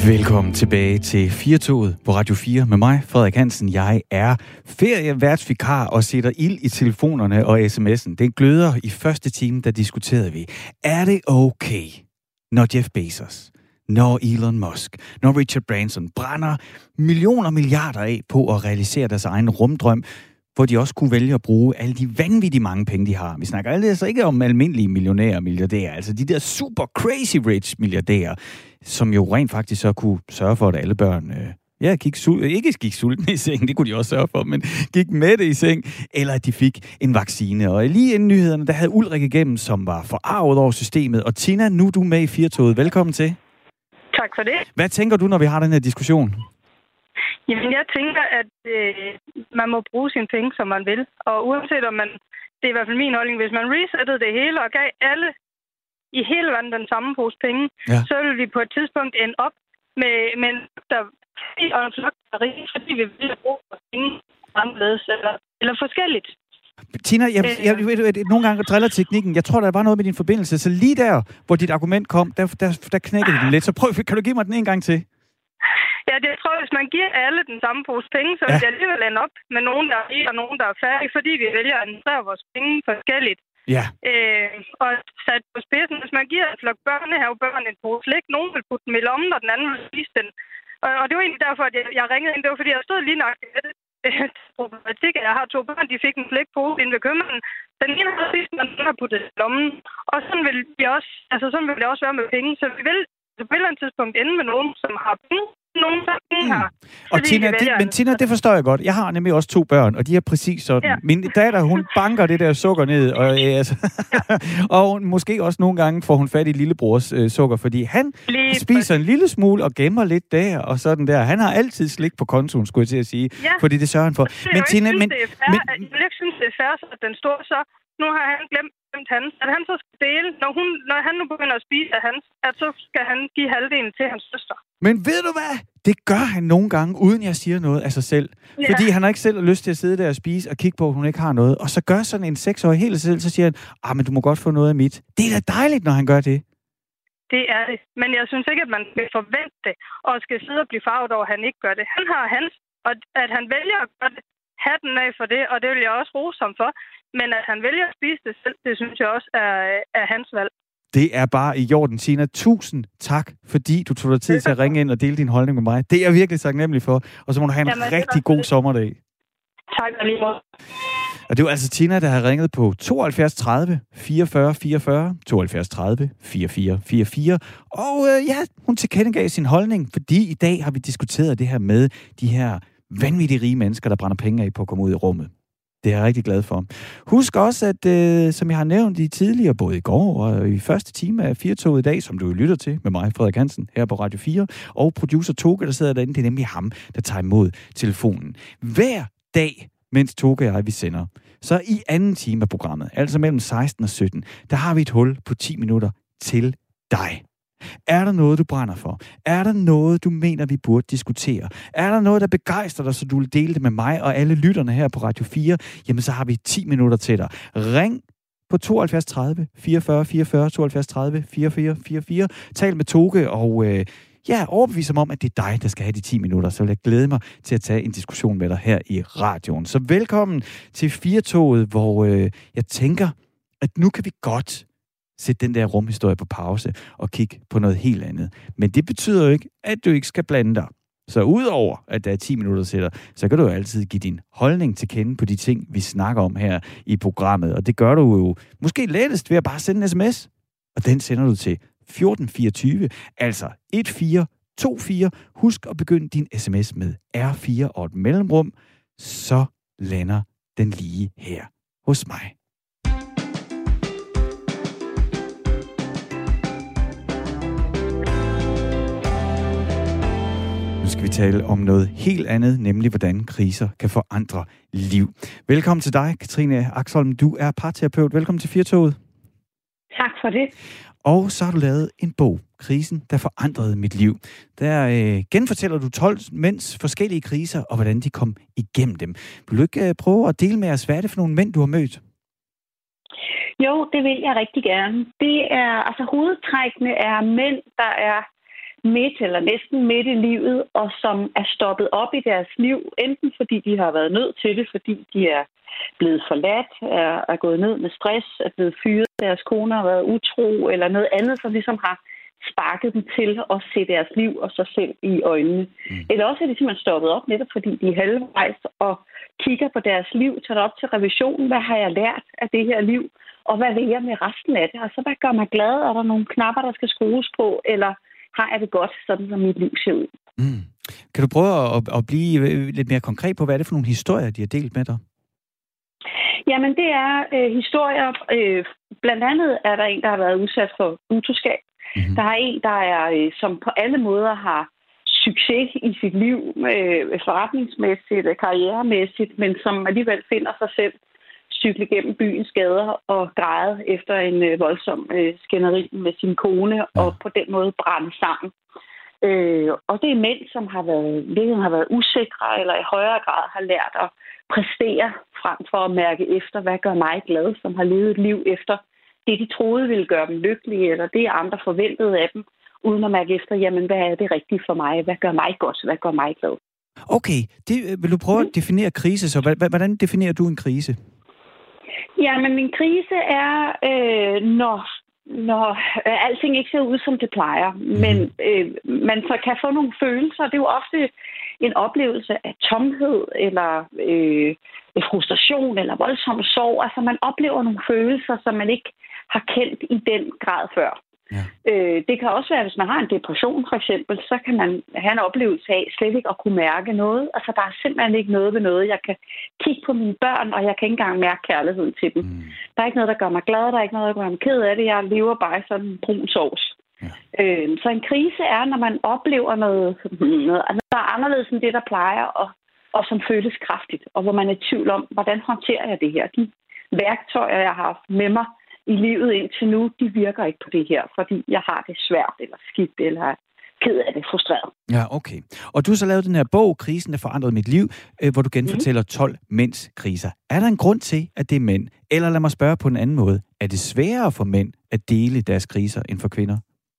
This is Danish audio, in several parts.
Velkommen tilbage til Firtoget på Radio 4 med mig, Frederik Hansen. Jeg er ferieværtsvikar og sætter ild i telefonerne og sms'en. Den gløder i første time, der diskuterede vi. Er det okay, når Jeff Bezos, når Elon Musk, når Richard Branson brænder millioner og milliarder af på at realisere deres egen rumdrøm, hvor de også kunne vælge at bruge alle de vanvittige mange penge, de har. Vi snakker altså ikke om almindelige millionærer og milliardærer, altså de der super crazy rich milliardærer, som jo rent faktisk så kunne sørge for, at alle børn ikke gik sultne i seng, det kunne de også sørge for, men gik mætte i seng, eller at de fik en vaccine. Og lige inden nyhederne, der havde Ulrik igennem, som var forarvet over systemet. Og Tina, nu er du med i Firtoget. Velkommen til. Tak for det. Hvad tænker du, når vi har den her diskussion? Jamen, jeg tænker, at man må bruge sine penge, som man vil. Og uanset om man, det er i hvert fald min holdning, hvis man resettede det hele og gav alle i hele verden den samme pose penge, så ville vi på et tidspunkt ende op med en der og en flok der rige, fordi vi vil bruge penge anderledes eller forskelligt. Tina, jeg nogle gange driller teknikken. Jeg tror, der var noget med din forbindelse. Så lige der, hvor dit argument kom, der knækkede den lidt. Så kan du give mig den en gang til? Ja, det tror jeg, hvis man giver alle den samme pose penge, så vil det alligevel ende op med nogen, der er rige og nogen, der er færdige, fordi vi vælger at administrere vores penge forskelligt. Ja. Og sat på spidsen, hvis man giver en flok børnehavebørn en pose slik, nogen vil putte dem i lommen, og den anden vil spise den. Og det var egentlig derfor, at jeg ringede ind. Det var, fordi jeg stod lige nok med det problematik. Jeg har 2 børn, de fik en slikpose inde ved købmanden. Den ene har spist, og den anden har puttet i lommen. Og sådan vil det også være med penge. Så vi vil på et eller andet tidspunkt ende med nogen, som har penge. Nogen, der har. Og Tina, det forstår jeg godt. Jeg har nemlig også 2 børn, og de er præcis sådan. Ja. Min datter, hun banker det der sukker ned, og måske også nogle gange får hun fat i lillebrors sukker, fordi han spiser en lille smule og gemmer lidt der, og sådan der. Han har altid slik på kontoen, skulle jeg til at sige, fordi det sørger han for. Men Tina, jeg ikke synes, det er fair, at den står så. Nu har han glemt hans, at han så skal dele, når han nu begynder at spise af hans, at så skal han give halvdelen til hans søster. Men ved du hvad? Det gør han nogle gange, uden jeg siger noget af sig selv. Ja. Fordi han har ikke selv lyst til at sidde der og spise og kigge på, at hun ikke har noget. Og så gør sådan en 6-årig helt af sig selv, så siger han, men du må godt få noget af mit. Det er da dejligt, når han gør det. Det er det. Men jeg synes ikke, at man skal forvente det, og skal sidde og blive farvet over, at han ikke gør det. Han har hans, og at han vælger at gøre det, hatten af for det, og det vil jeg også rose ham for. Men at han vælger at spise det selv, det synes jeg også er hans valg. Det er bare i orden, Tina. Tusind tak, fordi du tog dig tid til at ringe ind og dele din holdning med mig. Det er jeg virkelig taknemmelig for. Og så må du have en rigtig god sommerdag. Tak alligevel. Og det var altså Tina, der har ringet på 72 30 44 44, 72 30 44 44. Og hun tilkendegav sin holdning, fordi i dag har vi diskuteret det her med de her vanvittige rige mennesker, der brænder penge af på at komme ud i rummet. Det er jeg rigtig glad for. Husk også, at som jeg har nævnt i tidligere, både i går og i første time af Firtoget i dag, som du lytter til med mig, Frederik Hansen, her på Radio 4, og producer Toge, der sidder derinde, det er nemlig ham, der tager imod telefonen. Hver dag, mens Toge og jeg vi sender, så i anden time af programmet, altså mellem 16 og 17, der har vi et hul på 10 minutter til dig. Er der noget, du brænder for? Er der noget, du mener, vi burde diskutere? Er der noget, der begejstrer dig, så du vil dele det med mig og alle lytterne her på Radio 4? Jamen, så har vi 10 minutter til dig. Ring på 72 30 44 44, 72 30 44 44. Tal med Toge, og overbevis om, at det er dig, der skal have de 10 minutter. Så vil jeg glæde mig til at tage en diskussion med dig her i radioen. Så velkommen til Firtoget, hvor jeg tænker, at nu kan vi godt sæt den der rumhistorie på pause og kig på noget helt andet. Men det betyder jo ikke, at du ikke skal blande dig. Så udover, at der er 10 minutter til dig, så kan du jo altid give din holdning til kende på de ting, vi snakker om her i programmet. Og det gør du jo måske lettest ved at bare sende en sms. Og den sender du til 1424, altså 1424. Husk at begynde din sms med R4 og et mellemrum. Så lander den lige her hos mig. Nu skal vi tale om noget helt andet, nemlig hvordan kriser kan forandre liv. Velkommen til dig, Katrine Axholm. Du er parterapeut. Velkommen til Firtoget. Tak for det. Og så har du lavet en bog, Krisen, der forandrede mit liv. Der genfortæller du 12 mænds forskellige kriser, og hvordan de kom igennem dem. Vil du ikke prøve at dele med os, hvad er det for nogle mænd, du har mødt? Jo, det vil jeg rigtig gerne. Det er, hovedtrækkene er mænd, der er midt eller næsten midt i livet, og som er stoppet op i deres liv, enten fordi de har været nødt til det, fordi de er blevet forladt, er gået ned med stress, er blevet fyret, deres koner har været utro, eller noget andet, som ligesom har sparket dem til at se deres liv og sig selv i øjnene. Eller også er de simpelthen stoppet op, netop fordi de er halvvejs og kigger på deres liv, tager op til revision. Hvad har jeg lært af det her liv? Og hvad vil jeg med resten af det? Altså, hvad gør mig glad? Er der nogle knapper, der skal skrues på? Eller har jeg det godt, sådan som mit liv ser ud? Kan du prøve at blive lidt mere konkret på, hvad er det for nogle historier, de har delt med dig? Jamen, det er historier. Blandt andet er der en, der har været udsat for utroskab. Der er en, der er, som på alle måder har succes i sit liv, forretningsmæssigt, karrieremæssigt, men som alligevel finder sig selv cykle gennem byens gader og græde efter en voldsom skænderi med sin kone, og på den måde brænde sammen. Og det er mænd, som har været usikre, eller i højere grad har lært at præstere frem for at mærke efter, hvad gør mig glad, som har levet et liv efter det, de troede ville gøre dem lykkelige, eller det, andre forventede af dem, uden at mærke efter, jamen, hvad er det rigtige for mig? Hvad gør mig godt? Hvad gør mig glad? Okay, vil du prøve at definere krise så? Hvordan definerer du en krise? Jamen, en krise er, når alting ikke ser ud, som det plejer, men man så kan få nogle følelser. Det er jo ofte en oplevelse af tomhed, eller frustration, eller voldsom sorg. Altså, man oplever nogle følelser, som man ikke har kendt i den grad før. Ja. Det kan også være, hvis man har en depression, for eksempel, så kan man have en oplevelse af slet ikke at kunne mærke noget. Altså, der er simpelthen ikke noget ved noget. Jeg kan kigge på mine børn, og jeg kan ikke engang mærke kærligheden til dem. Der er ikke noget, der gør mig glad, der er ikke noget, der gør mig ked af det. Jeg lever bare i sådan en brun sovs. Ja. Så en krise er, når man oplever noget der er anderledes end det, der plejer, og som føles kraftigt, og hvor man er i tvivl om, hvordan håndterer jeg det her? De værktøjer, jeg har haft med mig i livet indtil nu, de virker ikke på det her, fordi jeg har det svært, eller skidt, eller ked af det, frustreret. Ja, okay. Og du har så lavet den her bog, Krisen, der forandrede mit liv, hvor du genfortæller 12 mænds kriser. Er der en grund til, at det er mænd? Eller lad mig spørge på en anden måde. Er det sværere for mænd at dele deres kriser end for kvinder?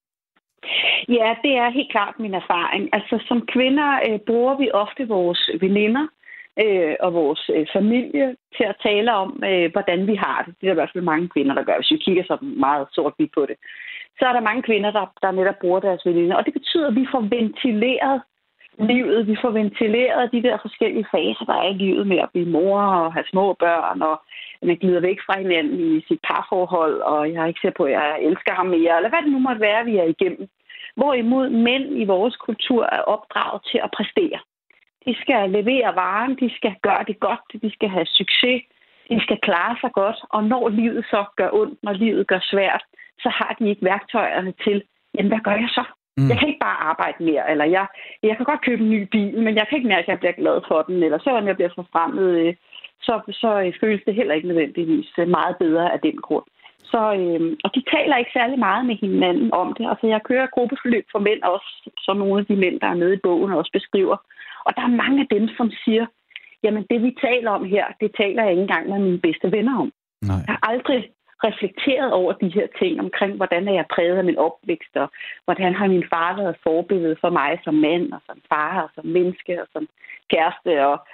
Ja, det er helt klart min erfaring. Altså, som kvinder bruger vi ofte vores veninder og vores familie til at tale om, hvordan vi har det. Det er i hvert fald mange kvinder, der gør. Hvis vi kigger så meget sort-hvidt på det, så er der mange kvinder, der netop bruger deres veninder. Og det betyder, at vi får ventileret livet. Vi får ventileret de der forskellige faser, der er i livet med at blive mor og have små børn, og man glider væk fra hinanden i sit parforhold, og jeg er ikke sikker på, at jeg elsker ham mere, eller hvad det nu måtte være, vi er igennem. Hvorimod mænd i vores kultur er opdraget til at præstere. De skal levere varen, de skal gøre det godt, de skal have succes, de skal klare sig godt, og når livet så gør ondt, når livet gør svært, så har de ikke værktøjerne til, jamen hvad gør jeg så? Jeg kan ikke bare arbejde mere, eller jeg kan godt købe en ny bil, men jeg kan ikke mærke, at jeg bliver glad for den, eller selvom jeg bliver forfremmet, så føles det heller ikke nødvendigvis meget bedre af den grund. Så, og de taler ikke særlig meget med hinanden om det. Altså, jeg kører gruppeforløb for mænd også, som nogle af de mænd, der er med i bogen, også beskriver. Og der er mange af dem, som siger, jamen det vi taler om her, det taler jeg ikke engang med mine bedste venner om. Nej. Jeg har aldrig reflekteret over de her ting omkring, hvordan er jeg præget af min opvækst, og hvordan har min far været forbillede for mig som mand, og som far, og som menneske, og som kæreste.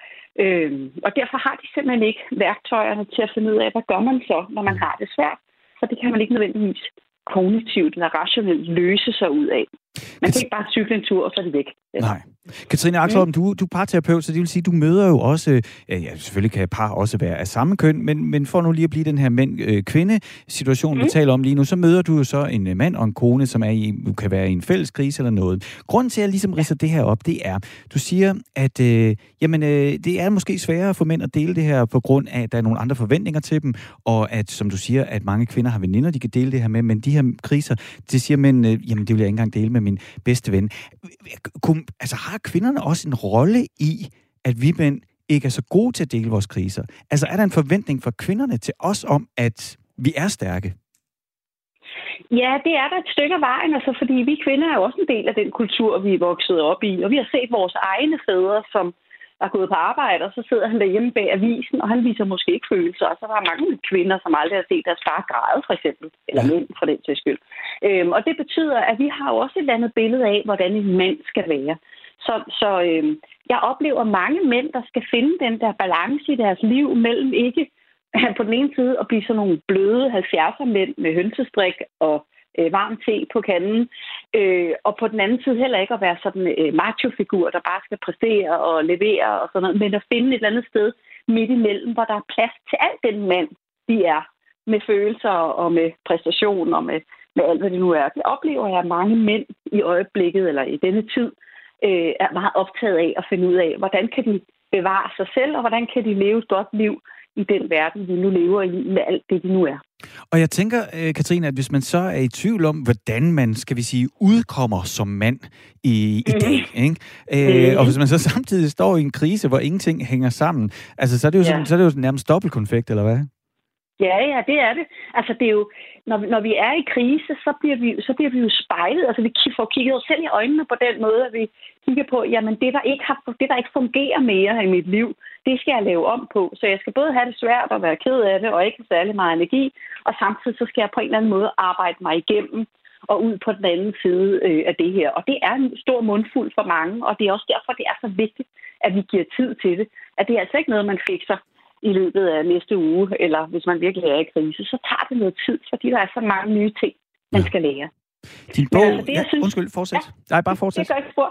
Og derfor har de simpelthen ikke værktøjerne til at finde ud af, hvad gør man så, når man har det svært. Så det kan man ikke nødvendigvis kognitivt eller rationelt løse sig ud af. Man kan ikke bare cykle en tur, og så er det væk. Nej. Katrine Axelholm, du er parterapeut, så det vil sige, du møder jo også, selvfølgelig kan par også være af samme køn, men for nu lige at blive den her mænd-kvinde-situation, vi taler om lige nu, så møder du jo så en mand og en kone, som kan være i en fælles krise eller noget. Grunden til, at jeg ligesom ridser det her op, det er, du siger, at det er måske sværere for mænd at dele det her, på grund af, at der er nogle andre forventninger til dem, og at, som du siger, at mange kvinder har veninder, de kan dele det her med, men de her kriser, det siger mænd, jamen det vil jeg ikke engang dele med min bedste ven. Altså har kvinderne også en rolle i, at vi mænd ikke er så gode til at dele vores kriser? Altså er der en forventning fra kvinderne til os om, at vi er stærke? Ja, det er der et stykke af vejen, altså, fordi vi kvinder er jo også en del af den kultur, vi er vokset op i, og vi har set vores egne fædre, som er gået på arbejde, og så sidder han derhjemme bag avisen, og han viser måske ikke følelser. Og så er der mange kvinder, som aldrig har set deres far græde, for eksempel. Eller mænd, for den sags skyld. Og det betyder, at vi har jo også et andet billede af, hvordan en mand skal være. Så jeg oplever mange mænd, der skal finde den der balance i deres liv mellem ikke på den ene side at blive sådan nogle bløde 70'er-mænd med hønsestrik og varm te på kanden, og på den anden side heller ikke at være sådan en macho-figur, der bare skal præstere og levere og sådan noget, men at finde et eller andet sted midt imellem, hvor der er plads til alt den mand, de er, med følelser og med præstation og med alt, hvad det nu er. Det oplever jeg, at mange mænd i øjeblikket, eller i denne tid, er meget optaget af at finde ud af, hvordan kan de bevare sig selv, og hvordan kan de leve et godt liv i den verden, vi nu lever i, med alt det, de nu er. Og jeg tænker, Katrine, at hvis man så er i tvivl om, hvordan man, skal vi sige, udkommer som mand i dag, ikke? Og hvis man så samtidig står i en krise, hvor ingenting hænger sammen, altså så er det jo, sådan, så er det jo nærmest dobbeltkonfekt, eller hvad? Ja, det er det. Altså det er jo, når vi er i krise, så bliver vi jo spejlet. Altså vi får kigget os selv i øjnene på den måde, at vi kigger på, jamen det der ikke fungerer mere i mit liv, det skal jeg lave om på. Så jeg skal både have det svært og være ked af det, og ikke have særlig meget energi, og samtidig så skal jeg på en eller anden måde arbejde mig igennem og ud på den anden side af det her. Og det er en stor mundfuld for mange, og det er også derfor, det er så vigtigt, at vi giver tid til det. At det er altså ikke noget, man fikser i løbet af næste uge, eller hvis man virkelig er i krise, så tager det noget tid, fordi der er så mange nye ting, man skal lære. Din bog... Altså, undskyld, fortsæt. Nej, bare fortsæt. Det gør ikke spor.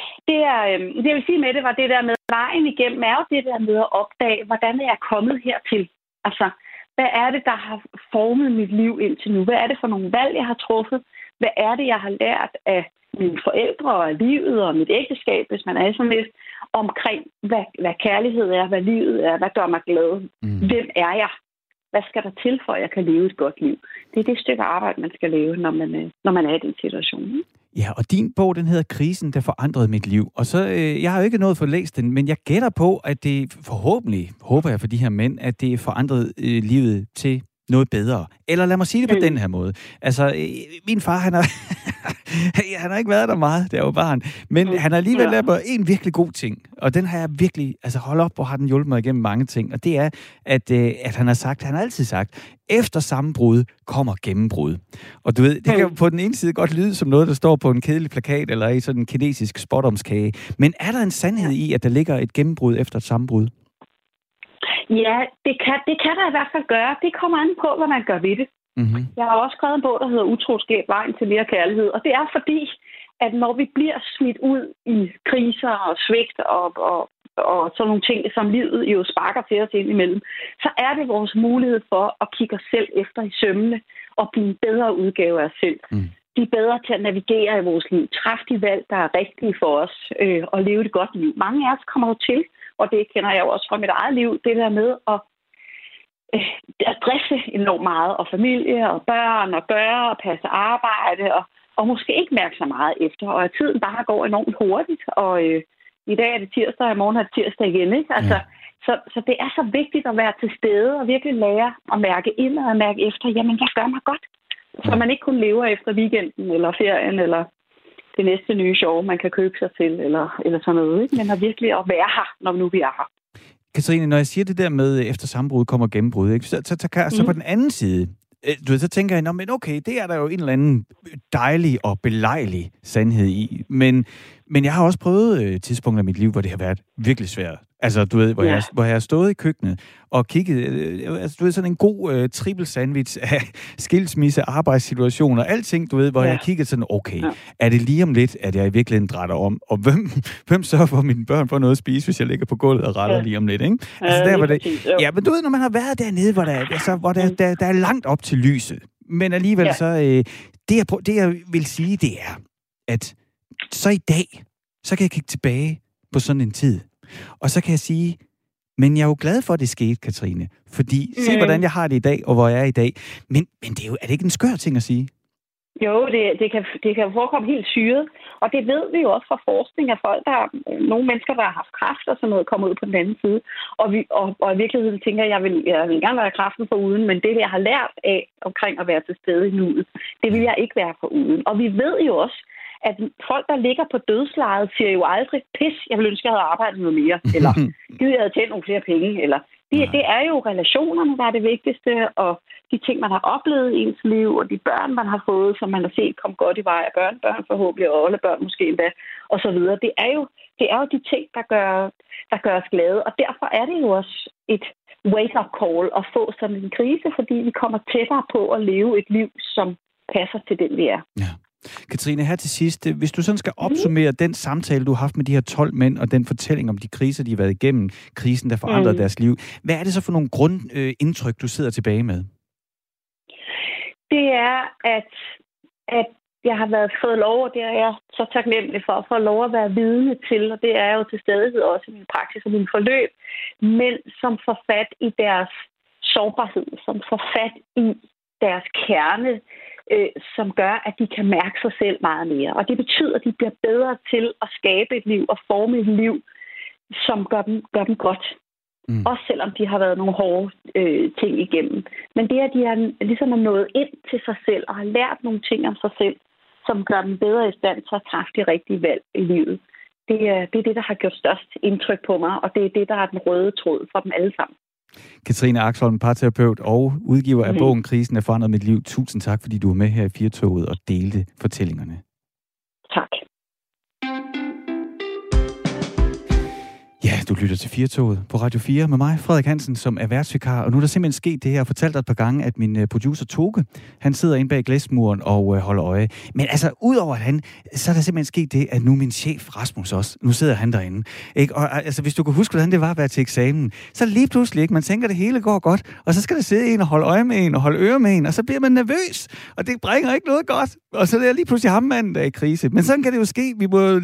Det jeg vil sige med det, var det der med vejen igennem, er jo det der med at opdage, hvordan er jeg kommet hertil? Altså, hvad er det, der har formet mit liv indtil nu? Hvad er det for nogle valg, jeg har truffet? Hvad er det, jeg har lært af mine forældre og af livet og mit ægteskab, hvis man er sådan lidt, omkring, hvad kærlighed er, hvad livet er, hvad gør mig glad? Hvem er jeg? Hvad skal der til, for at jeg kan leve et godt liv? Det er det stykke arbejde, man skal lave, når man er i den situation. Ja, og din bog, den hedder Krisen, der forandrede mit liv. Og så, jeg har jo ikke nået for at læse den, men jeg gætter på, at det forhåbentlig, håber jeg for de her mænd, at det forandrede livet til noget bedre. Eller lad mig sige det på den her måde. Altså, min far, han har ikke været der meget, der var barn, men han har alligevel lært mig en virkelig god ting. Og den har jeg virkelig, altså hold op, hvor har den hjulpet mig igennem mange ting. Og det er, at han har altid sagt, efter sammenbrud kommer gennembrud. Og du ved, det kan på den ene side godt lyde som noget, der står på en kedelig plakat, eller i sådan en kinesisk spådomskage. Men er der en sandhed i, at der ligger et gennembrud efter et sammenbrud? Ja, det kan der i hvert fald gøre. Det kommer an på, hvad man gør ved det. Mm-hmm. Jeg har også skrevet en bog, der hedder Utroskab, vejen til mere kærlighed. Og det er fordi, at når vi bliver smidt ud i kriser og svigt og sådan nogle ting, som livet jo sparker til os ind imellem, så er det vores mulighed for at kigge os selv efter i sømmene og blive en bedre udgave af os selv. De er bedre til at navigere i vores liv. Træffe de valg, der er rigtige for os og leve et godt liv. Mange af os kommer jo til, og det kender jeg jo også fra mit eget liv, det der med at drifte enormt meget, og familie og børn og gøre og passe arbejde, og måske ikke mærke så meget efter, og at tiden bare går enormt hurtigt, og i dag er det tirsdag, og i morgen er det tirsdag igen, ikke? Altså, så det er så vigtigt at være til stede, og virkelig lære at mærke ind og mærke efter, jamen, jeg gør mig godt, så man ikke kun lever efter weekenden, eller ferien, eller det næste nye show, man kan købe sig til, eller sådan noget, ikke? Men at virkelig at være her, når nu vi er her. Katrine, når jeg siger det der med, efter sammenbrud kommer gennembrud, ikke? Så på den anden side, så tænker jeg, men okay, det er der jo en eller anden dejlig og belejlig sandhed i. Men jeg har også prøvet tidspunkter i mit liv, hvor det har været virkelig svært. Altså, du ved, hvor jeg har stået i køkkenet og kigget, altså, du ved, sådan en god triple sandwich af skilsmisse, arbejdssituationer, alting, du ved, hvor jeg har kigget sådan, okay, er det lige om lidt, at jeg i virkeligheden drætter om? Og hvem sørger for, at mine børn får noget at spise, hvis jeg ligger på gulvet og retter lige om lidt, ikke? Altså, der var det. Ja, men du ved, når man har været dernede, hvor der er langt op til lyset, men alligevel så, det jeg vil sige, det er, at så i dag, så kan jeg kigge tilbage på sådan en tid, og så kan jeg sige, men jeg er jo glad for, at det skete, Katrine. Fordi, se hvordan jeg har det i dag, og hvor jeg er i dag. Men er det ikke en skør ting at sige? Jo, det kan forekomme helt syret. Og det ved vi jo også fra forskning af folk, nogle mennesker, der har haft kræft og sådan noget, kommer ud på den anden side. Og i virkeligheden tænker jeg vil gerne være kræften for uden, men det, jeg har lært af omkring at være til stede i nuet, det vil jeg ikke være for uden. Og vi ved jo også, at folk, der ligger på dødslejet, siger jo aldrig, pis, jeg ville ønske, jeg havde arbejdet noget mere, eller gid, jeg havde tjent nogle flere penge, eller det er jo relationerne, der er det vigtigste, og de ting, man har oplevet i ens liv, og de børn, man har fået, som man har set komme godt i vej, og børn forhåbentlig, og oldebørn måske endda, og så videre. Det er jo de ting, der gør os glade, og derfor er det jo også et wake-up call at få sådan en krise, fordi vi kommer tættere på at leve et liv, som passer til den, vi er. Ja. Katrine, her til sidst, hvis du sådan skal opsummere den samtale, du har haft med de her 12 mænd, og den fortælling om de kriser, de har været igennem, krisen, der forandrede deres liv, hvad er det så for nogle grundindtryk, du sidder tilbage med? Det er, at jeg har fået lov, og det er jeg så taknemmelig for, at få lov at være vidne til, og det er jo til stadighed også i min praksis og min forløb, men som får fat i deres sårbarhed, som får fat i deres kerne, som gør, at de kan mærke sig selv meget mere. Og det betyder, at de bliver bedre til at skabe et liv og forme et liv, som gør dem godt. Også selvom de har været nogle hårde ting igennem. Men det, at de har ligesom nået ind til sig selv og har lært nogle ting om sig selv, som gør dem bedre i stand til at træffe de rigtige valg i livet. Det er det, der har gjort størst indtryk på mig, og det er det, der er den røde tråd for dem alle sammen. Katrine Axholm, parterapeut og udgiver af bogen Krisen er forandret mit liv. Tusind tak, fordi du var med her i Firtoget og delte fortællingerne. Tak. Ja, du lytter til Firtoget på Radio 4 med mig, Frederik Hansen, som er værtsvikar. Og nu er der simpelthen sket det her. Jeg har fortalt dig et par gange, at min producer Toge, han sidder inde bag glasmuren og holder øje. Men altså, udover så er der simpelthen sket det, at nu min chef Rasmus også, nu sidder han derinde. Ikke? Og altså, hvis du kan huske, hvordan det var at være til eksamen, så lige pludselig, ikke? Man tænker, det hele går godt, og så skal der sidde en og holde øje med en og holde øre med en, og så bliver man nervøs, og det bringer ikke noget godt. Og så er det lige pludselig ham manden, der er i krise. Men sådan kan det jo ske. Vi må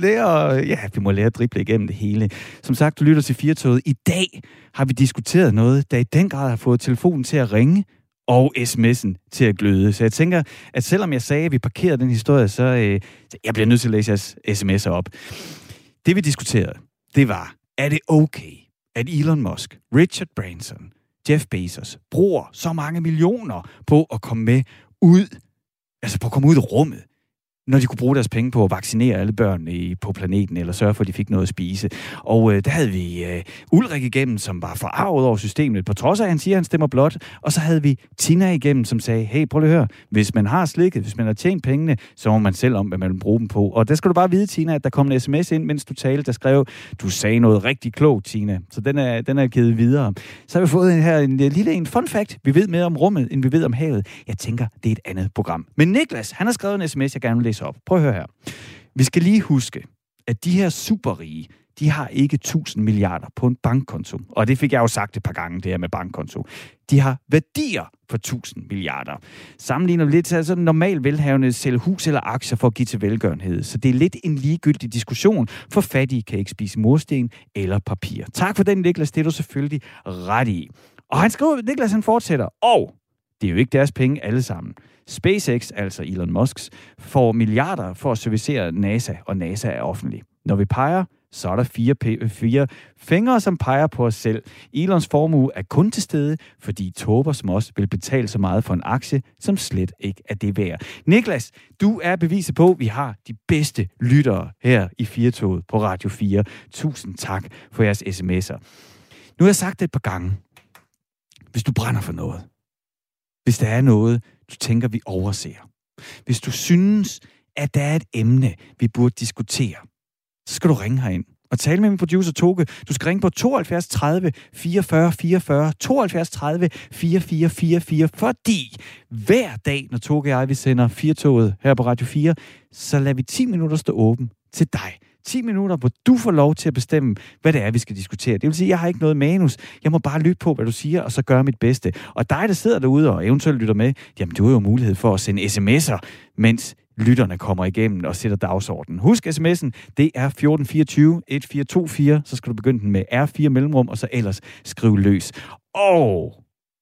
lære at drible igennem det hele. Som sagt, du lytter til Firtoget. I dag har vi diskuteret noget, der i den grad har fået telefonen til at ringe og sms'en til at gløde. Så jeg tænker, at selvom jeg sagde, at vi parkerede den historie, så jeg bliver nødt til at læse jeres sms'er op. Det vi diskuterede, det var, er det okay, at Elon Musk, Richard Branson, Jeff Bezos bruger så mange millioner på at komme med ud, altså på at komme ud i rummet, når de kunne bruge deres penge på at vaccinere alle børn på planeten, eller sørge for, at de fik noget at spise. Og der havde vi Ulrik igennem, som var forarvet over systemet, på trods af, at han siger, at han stemmer blot. Og så havde vi Tina igennem, som sagde, hey, prøv lige at høre, hvis man har slikket, hvis man har tjent pengene, så må man selv om, hvad man vil bruge dem på. Og der skal du bare vide, Tina, at der kom en sms ind, mens du talte, der skrev, du sagde noget rigtig klogt, Tina. Så den er givet videre. Så har vi fået en lille fun fact. Vi ved mere om rummet, end vi ved om havet. Jeg tænker, det er et andet program. Men Niklas, han har skrevet en sms, jeg gerne vil læse op. Prøv at høre her. Vi skal lige huske, at de her superrige, de har ikke 1000 milliarder på en bankkonto. Og det fik jeg jo sagt et par gange, det her med bankkonto. De har værdier for 1000 milliarder. Sammenligner vi lidt til sådan normalt velhavende sælge hus eller aktier for at give til velgørenhed. Så det er lidt en ligegyldig diskussion, for fattige kan ikke spise mursten eller papir. Tak for den, Niklas. Det er du selvfølgelig ret i. Og han skriver, Niklas han fortsætter, og det er jo ikke deres penge alle sammen. SpaceX, altså Elon Musks, får milliarder for at servicere NASA, og NASA er offentlig. Når vi peger, så er der fire fingre, som peger på os selv. Elons formue er kun til stede, fordi tåber som os vil betale så meget for en aktie, som slet ikke er det værd. Niklas, du er beviset på, at vi har de bedste lyttere her i Firtoget på Radio 4. Tusind tak for jeres sms'er. Nu har jeg sagt det et par gange. Hvis du brænder for noget, hvis der er noget, du tænker, vi overser, hvis du synes, at der er et emne, vi burde diskutere, så skal du ringe herind og tale med min producer Toge. Du skal ringe på 72 30 44 44, 72 30 44 44, fordi hver dag, når Toge og jeg vi sender Firtoget her på Radio 4, så lader vi 10 minutter stå åben til dig. 10 minutter, hvor du får lov til at bestemme, hvad det er, vi skal diskutere. Det vil sige, at jeg har ikke noget manus. Jeg må bare lytte på, hvad du siger, og så gøre mit bedste. Og dig, der sidder derude og eventuelt lytter med, jamen du har jo mulighed for at sende sms'er, mens lytterne kommer igennem og sætter dagsordenen. Husk sms'en, det er 1424 1424, så skal du begynde den med R4 mellemrum, og så ellers skriv løs. Og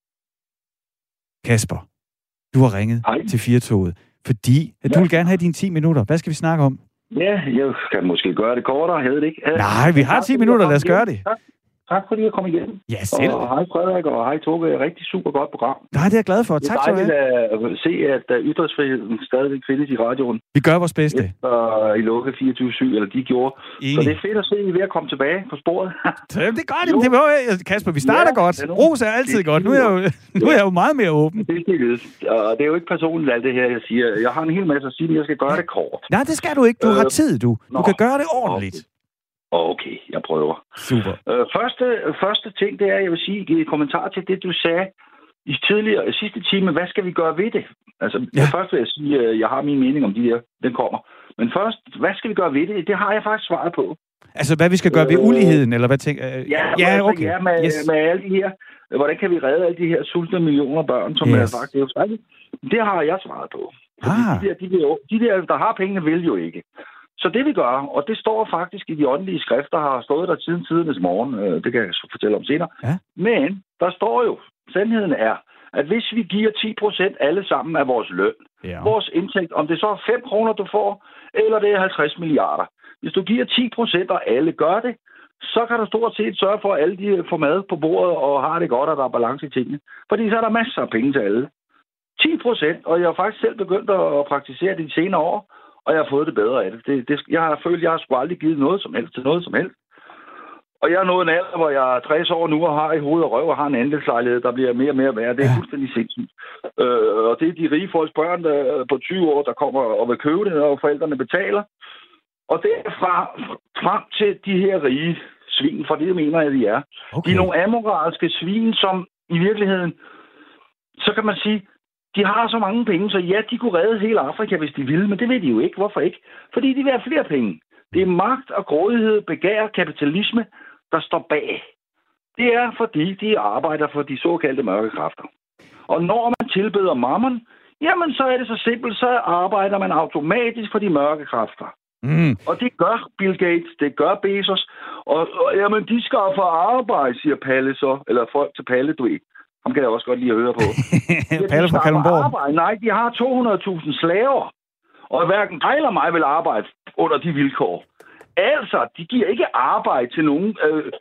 Kasper, du har ringet til Firtoget, fordi at du vil gerne have dine 10 minutter. Hvad skal vi snakke om? Ja, jeg kan måske gøre det kortere, havde det ikke? Nej, vi har 10 minutter, lad os gøre det. Tak fordi jeg kom igen. Ja, selv. Og hej Frederik, og hej Toge. Rigtig super godt program. Nej, det er jeg glad for. Tak skal du have. Det er dejligt at se, at ytringsfriheden stadigvæk findes i radioen. Vi gør vores bedste. Efter I lukkede 24/7, eller de gjorde. Enig. Så det er fedt at se, at I er ved at komme tilbage på sporet. Det gør det. Det må jeg. Kasper, vi starter godt. Ros er altid godt. Nu er jeg jo meget mere åben. Det er jo ikke personligt alt det her, jeg siger. Jeg har en hel masse at sige, men jeg skal gøre det kort. Nej, det skal du ikke. Du har tid, du. Du kan gøre det ordentligt. Okay, jeg prøver. Super. Første ting, det er, jeg vil sige, i kommentar til det, du sagde i sidste time, hvad skal vi gøre ved det? Altså, først vil jeg sige, at jeg har min mening om de her, den kommer. Men først, hvad skal vi gøre ved det? Det har jeg faktisk svaret på. Altså, hvad vi skal gøre ved uligheden, eller hvad tænker okay. Ja, med alle de her, hvordan kan vi redde alle de her sultne millioner børn, som er faktisk det er jo særligt. Det har jeg svaret på. De der, der har pengene, vil jo ikke. Så det vi gør, og det står faktisk i de åndelige skrifter, har stået der siden tidernes morgen, det kan jeg fortælle om senere. Ja. Men der står jo, sandheden er, at hvis vi giver 10% alle sammen af vores løn, vores indtægt, om det så er 5 kroner, du får, eller det er 50 milliarder. Hvis du giver 10%, og alle gør det, så kan du stort set sørge for, at alle de får mad på bordet og har det godt, og der er balance i tingene. Fordi så er der masser af penge til alle. 10%, og jeg har faktisk selv begyndt at praktisere det de senere år, og jeg har fået det bedre af det. Jeg har følt, at jeg har sgu aldrig givet noget som helst til noget som helst. Og jeg er nået en alder, hvor jeg er 60 år nu og har i hoved og røv og har en andelslejlighed, der bliver mere og mere værd. Det er fuldstændig sindssygt. Og det er de rige folks børn der på 20 år, der kommer og vil købe det, og forældrene betaler. Og derfra frem til de her rige svin, for det mener jeg, de er. Okay. De er nogle amoralske svin, som i virkeligheden, så kan man sige, de har så mange penge, så ja, de kunne redde hele Afrika, hvis de ville, men det ved de jo ikke. Hvorfor ikke? Fordi de vil have flere penge. Det er magt og grådighed, begær, kapitalisme, der står bag. Det er, fordi de arbejder for de såkaldte mørke kræfter. Og når man tilbeder mammon, jamen så er det så simpelt, så arbejder man automatisk for de mørke kræfter. Og det gør Bill Gates, det gør Bezos, og jamen de skal få arbejde, siger Palle så, eller folk til Palle, du ved. Ham kan jeg også godt lide at høre på. Palle fra Kalundborg. Nej, de har 200.000 slaver, og hverken dig eller mig vil arbejde under de vilkår. Altså, de giver ikke arbejde til nogen.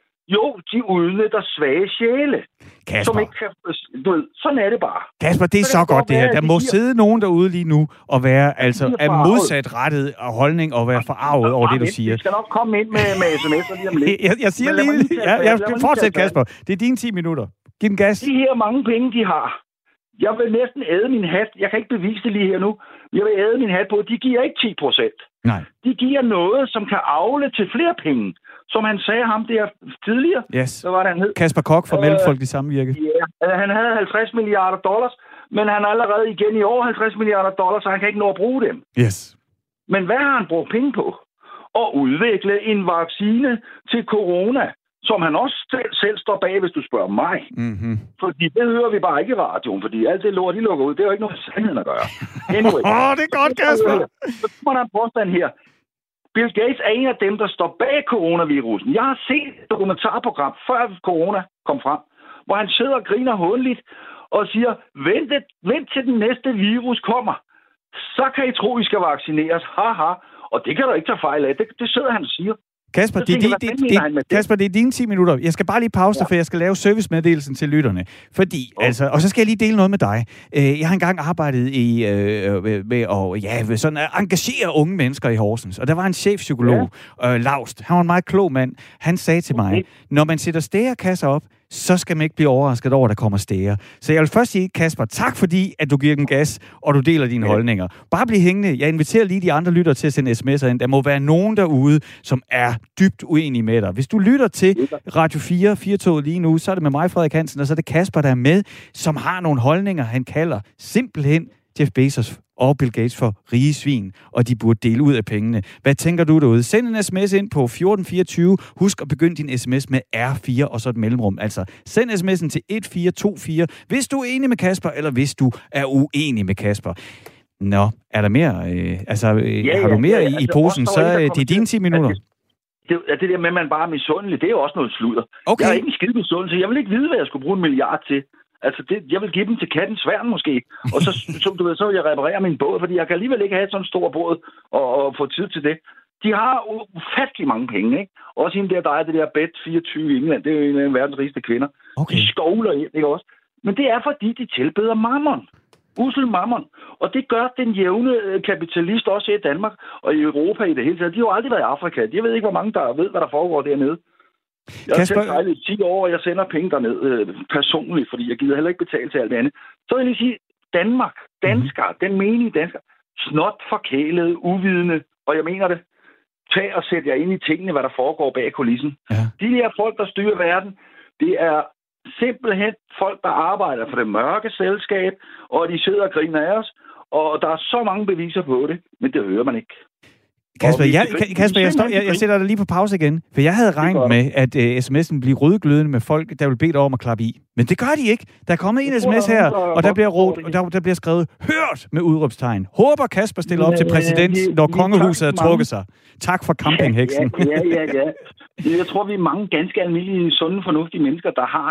De udnytter svage sjæle. Kasper. Som ikke kan, du ved, sådan er det bare. Kasper, det er så godt det her. Der må sidde nogen derude lige nu og være af modsatrettet af holdning og være forarvet over det, du siger. Det skal nok komme ind med sms'er lige om lidt. Jeg siger lige... Jeg fortsæt, Kasper. Det er dine 10 minutter. Giv den gas. De her mange penge, de har. Jeg vil næsten æde min hat. Jeg kan ikke bevise det lige her nu. Jeg vil æde min hat på. De giver ikke 10%. Nej. De giver noget, som kan avle til flere penge. Som han sagde ham der tidligere. Yes. Så var det, han hed. Kasper Koch fra Mellemfolkeligt Samvirke. Ja, han havde 50 milliarder dollars, men han har allerede igen i år 50 milliarder dollars, så han kan ikke nå at bruge dem. Yes. Men hvad har han brugt penge på? At udvikle en vaccine til corona, som han også selv står bag, hvis du spørger mig. Mm-hmm. Fordi det hører vi bare ikke i radioen, fordi alt det lort, de lukker ud, det er jo ikke noget sandheden at gøre. Anyway. Det er godt, Kasper! Så kommer der en påstand her. Bill Gates er en af dem, der står bag coronavirusen. Jeg har set et dokumentarprogram, før corona kom frem, hvor han sidder og griner håndligt og siger, vent til den næste virus kommer. Så kan I tro, I skal vaccineres. Haha. Og det kan du ikke tage fejl af. Det sidder han og siger. Kasper, Kasper, det er dine 10 minutter. Jeg skal bare lige pause dig, for jeg skal lave servicemeddelelsen til lytterne. Fordi, og så skal jeg lige dele noget med dig. Jeg har engang arbejdet med at sådan at engagere unge mennesker i Horsens. Og der var en chefpsykolog, Laust. Han var en meget klog mand. Han sagde til mig, når man sætter stærekasser op, så skal man ikke blive overrasket over, at der kommer stæger. Så jeg vil først sige, Kasper, tak fordi, at du giver den gas, og du deler dine holdninger. Bare bliv hængende. Jeg inviterer lige de andre lyttere til at sende sms'er ind. Der må være nogen derude, som er dybt uenige med dig. Hvis du lytter til Radio 4 lige nu, så er det med mig, Frederik Hansen, og så er det Kasper, der er med, som har nogle holdninger, han kalder simpelthen Jeff Bezos og Bill Gates for rige svin, og de burde dele ud af pengene. Hvad tænker du derude? Send en sms ind på 1424. Husk at begynde din sms med R4 og så et mellemrum. Altså, send sms'en til 1424, hvis du er enig med Kasper, eller hvis du er uenig med Kasper. Nå, er der mere? Har du mere i posen, så det er dine 10 minutter. Det der med, at man bare er misundelig, det er jo også noget sludder. Okay. Jeg er ikke en skide misundelse. Jeg vil ikke vide, hvad jeg skulle bruge 1 milliard til. Altså, jeg vil give dem til kattens værn måske. Og så, så vil jeg reparere min båd, fordi jeg kan alligevel ikke have sådan en stor båd og få tid til det. De har ufattelig mange penge, ikke? Også hende der er det der Bet24 i England. Det er jo en af verdens rigeste kvinder. Okay. De skovler ind, ikke også? Men det er, fordi de tilbeder mammon. Usel mammon. Og det gør den jævne kapitalist også i Danmark og i Europa i det hele taget. De har jo aldrig været i Afrika. Jeg ved ikke, hvor mange der ved, hvad der foregår dernede. Jeg har selv rejlet 10 år, og jeg sender penge derned personligt, fordi jeg gider heller ikke betale til alt det andet. Så vil jeg lige sige, Danmark, danskere, den menige dansker, snot forkælede, uvidende, og jeg mener det, tag og sæt jer ind i tingene, hvad der foregår bag kulissen. Ja. De her folk, der styrer verden, det er simpelthen folk, der arbejder for det mørke selskab, og de sidder og griner af os, og der er så mange beviser på det, men det hører man ikke. Kasper, jeg sætter dig lige på pause igen, for jeg havde regnet med, at sms'en bliver rødglødende med folk, der vil bede dig om at klappe i. Men det gør de ikke. Der er kommet en sms her, og der bliver der bliver skrevet hørt med udråbstegn. Håber Kasper stiller op til præsident, når kongehuset er trukket sig. Tak for campingheksen. Ja. Jeg tror, vi er mange ganske almindelige, sunde, fornuftige mennesker, der har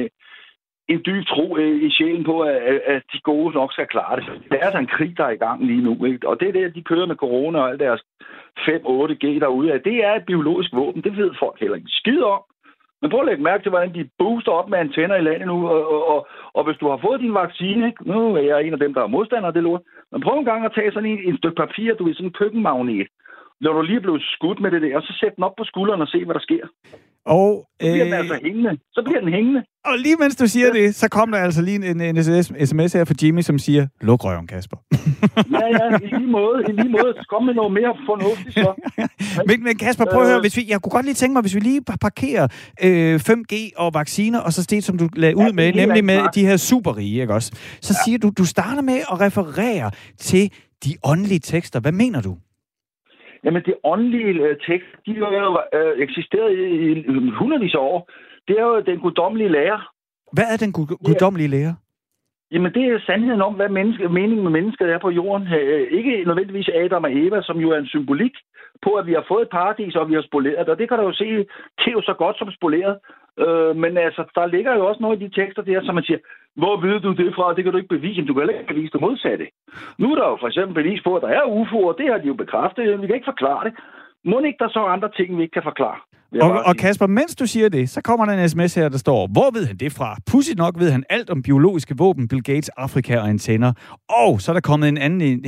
en dyb tro i sjælen på, at de gode nok skal klare det. Det er altså en krig, der er i gang lige nu, ikke? Og det er det, de kører med corona og alt deres 5-8G derude af. Det er et biologisk våben. Det ved folk heller ikke skide om. Men prøv at lægge mærke til, hvordan de booster op med antenner i landet nu. Og hvis du har fået din vaccine, ikke? Nu er jeg en af dem, der er modstander af det lort. Men prøv en gang at tage sådan en stykke papir, du er sådan en køkkenmagnet. Når du lige er blevet skudt med det der, og så sæt den op på skulderen og se, hvad der sker. Og, så bliver den altså hængende. Så bliver den hængende. Og lige mens du siger det, så kom der altså lige en sms her fra Jimmy, som siger, luk røven, Kasper. ja, i lige måde. Så kom med noget mere fornuftigt, så. Men Kasper, prøv at høre, jeg kunne godt lige tænke mig, hvis vi lige parkerer 5G og vacciner, og så det, som du lagde ud med, nemlig med de her superrige, ikke også? Så siger du starter med at referere til de åndelige tekster. Hvad mener du? Jamen, det åndelige tekst, de har jo eksisteret i hundredvis af år. Det er jo den guddommelige lære. Hvad er den guddommelige lære? Jamen, det er sandheden om, hvad meningen med mennesket er på jorden. Ikke nødvendigvis Adam og Eva, som jo er en symbolik på, at vi har fået et paradis, og vi har spoleret. Og det kan du jo se, det er jo så godt som spoleret. Men altså, der ligger jo også nogle af de tekster der, som man siger, hvor ved du det fra? Det kan du ikke bevise. Du kan heller ikke bevise det modsatte. Nu er der jo for eksempel bevis på, at der er UFO'er. Det har de jo bekræftet. Vi kan ikke forklare det. Må ikke der så andre ting, vi ikke kan forklare? Og Kasper, mens du siger det, så kommer der en sms her, der står, hvor ved han det fra? Pudsigt nok ved han alt om biologiske våben, Bill Gates, Afrika og antenner. Og så er der kommet en anden...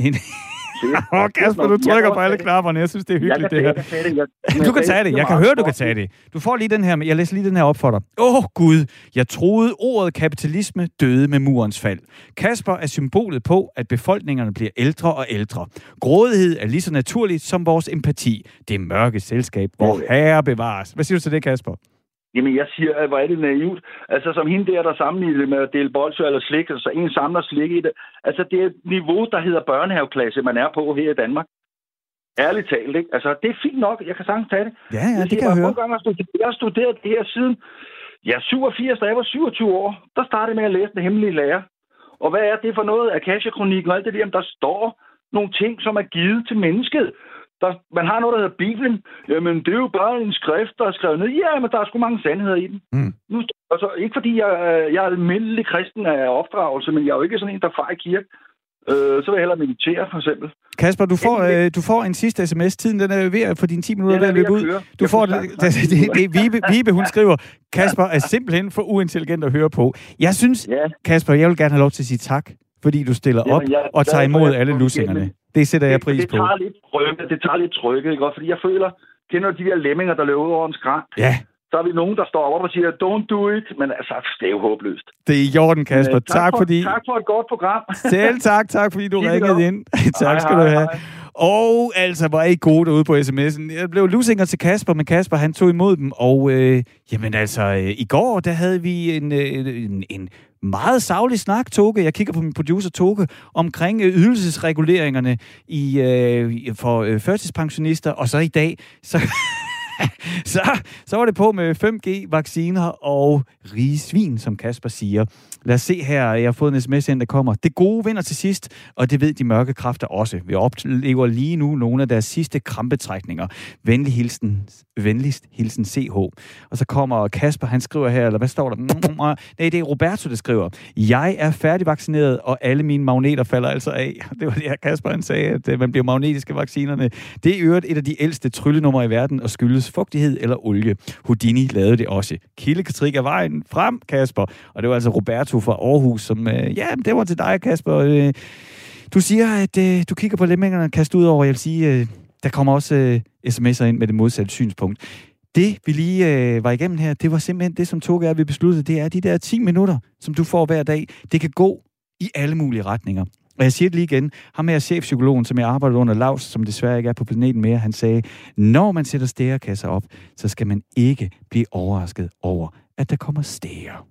Kasper, du trykker på alle knapperne. Jeg synes, det er hyggeligt, det her. Du kan tage det. Jeg kan høre, du kan tage det. Du får lige den her, jeg læser lige den her op for dig. Gud, jeg troede ordet kapitalisme døde med murens fald. Kasper er symbolet på, at befolkningerne bliver ældre og ældre. Grådighed er lige så naturligt som vores empati. Det mørke selskab, hvor herre bevares. Hvad siger du til det, Kasper? Jamen, jeg siger, hvor er det naivt. Altså, som hende der sammenligner det med at dele bolsjer eller slik, altså en samler slik i det. Altså, det er et niveau, der hedder børnehaveklasse, man er på her i Danmark. Ærligt talt, ikke? Altså, det er fint nok. Jeg kan sagtens tage det. Ja, det kan jeg høre. Jeg har studeret det her siden 87, da jeg var 27 år. Der startede med at læse Den Hemmelige Lære. Og hvad er det for noget? Akasha-kronikken og alt det der, der står nogle ting, som er givet til mennesket. Man har noget, der hedder Bibelen. Jamen, det er jo bare en skrift, der er skrevet ned. Ja, men der er sgu mange sandheder i den. Nu, altså, ikke fordi jeg er almindelig kristen af opdragelse, men jeg er jo ikke sådan en, der farer i kirke. Så vil jeg hellere meditere, for eksempel. Kasper, du får en sidste sms. Tiden den er ved at få dine 10 minutter ved at løbe ud. Du får det er Vibe, hun skriver, Kasper er simpelthen for uintelligent at høre på. Jeg synes, Kasper, jeg vil gerne have lov til at sige tak, fordi du stiller op og tager imod alle lussingerne. Det sætter jeg pris på. Det tager lidt trykket, ikke? Fordi jeg føler, kender de der lemminger, der løber over en skrænt? Ja. Så er vi nogen, der står op og siger, don't do it, men altså, det er jo håbløst. Det er i orden, Kasper. Tak for et godt program. Selv tak fordi du ringede ind. Tak skal du have. Og altså, var I gode derude på sms'en. Jeg blev lusinger til Kasper, men Kasper, han tog imod dem. Og jamen altså, i går, der havde vi en meget saglig snak, Toge. Jeg kigger på min producer, Toge, omkring ydelsesreguleringerne for førtidspensionister. Og så i dag, Så var det på med 5G-vacciner og rige svin, som Kasper siger. Lad os se her, jeg har fået en sms ind, der kommer. Det gode vinder til sidst, og det ved de mørke kræfter også. Vi oplever lige nu nogle af deres sidste krampetrækninger. Venligst hilsen CH. Og så kommer Kasper, han skriver her, eller hvad står der? Nej, det er Roberto, der skriver. Jeg er færdigvaccineret, og alle mine magneter falder altså af. Det var det her, Kasper han sagde, at man bliver magnetisk af vaccinerne. Det er i øvrigt et af de ældste tryllenumre i verden, og skyldes fugtighed eller olie. Houdini lavede det også. Kildekritik er vejen frem, Kasper. Og det var altså Roberto fra Aarhus, som... det var til dig, Kasper. Du siger, at du kigger på lemmingerne og kaster ud over. Jeg vil sige, der kommer også sms'er ind med det modsatte synspunkt. Det, vi lige var igennem her, det var simpelthen det, som Toge er, vi besluttede. Det er de der 10 minutter, som du får hver dag. Det kan gå i alle mulige retninger. Og jeg siger det lige igen. Ham her chefpsykologen, som jeg arbejder under, Laus, som desværre ikke er på planeten mere, han sagde, når man sætter stærekasser op, så skal man ikke blive overrasket over, at der kommer stære.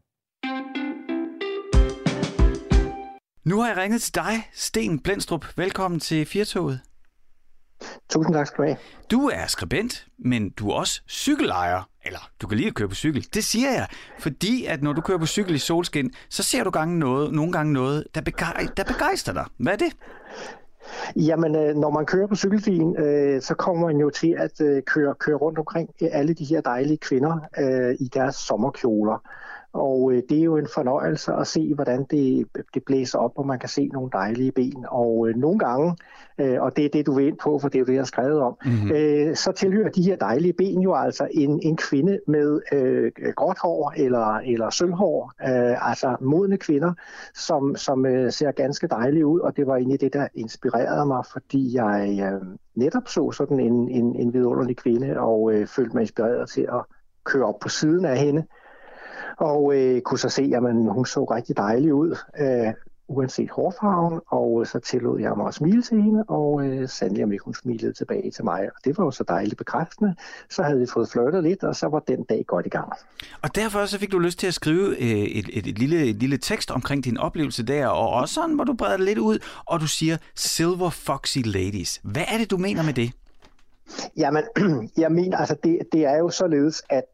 Nu har jeg ringet til dig, Sten Blendstrup. Velkommen til Firtoget. Tusind tak skal du have. Du er skribent, men du er også cykelejer. Eller, du kan lide at køre på cykel. Det siger jeg, fordi at når du kører på cykel i solskin, så ser du nogle gange noget, der begejstrer dig. Hvad er det? Jamen, når man kører på cykelstien, så kommer man jo til at køre rundt omkring alle de her dejlige kvinder i deres sommerkjoler. Og det er jo en fornøjelse at se, hvordan det blæser op, og man kan se nogle dejlige ben. Og nogle gange, og det er det, du vil ind på, for det er jo det, jeg har skrevet om, så tilhører de her dejlige ben jo altså en kvinde med gråt hår eller sølvhår, altså modne kvinder, som ser ganske dejlige ud. Og det var egentlig det, der inspirerede mig, fordi jeg netop så sådan en vidunderlig kvinde, og følte mig inspireret til at køre op på siden af hende. Og kunne så se, at hun så rigtig dejlig ud, uanset hårfarven, og så tillod jeg mig at smile til hende, og sandelig om ikke hun smilede tilbage til mig. Og det var jo så dejligt bekræftende. Så havde vi fået flirtet lidt, og så var den dag godt i gang. Og derfor så fik du lyst til at skrive et lille tekst omkring din oplevelse der, og også sådan, hvor du breder det lidt ud, og du siger Silver Foxy Ladies. Hvad er det, du mener med det? Jamen, jeg mener, altså det er jo således, at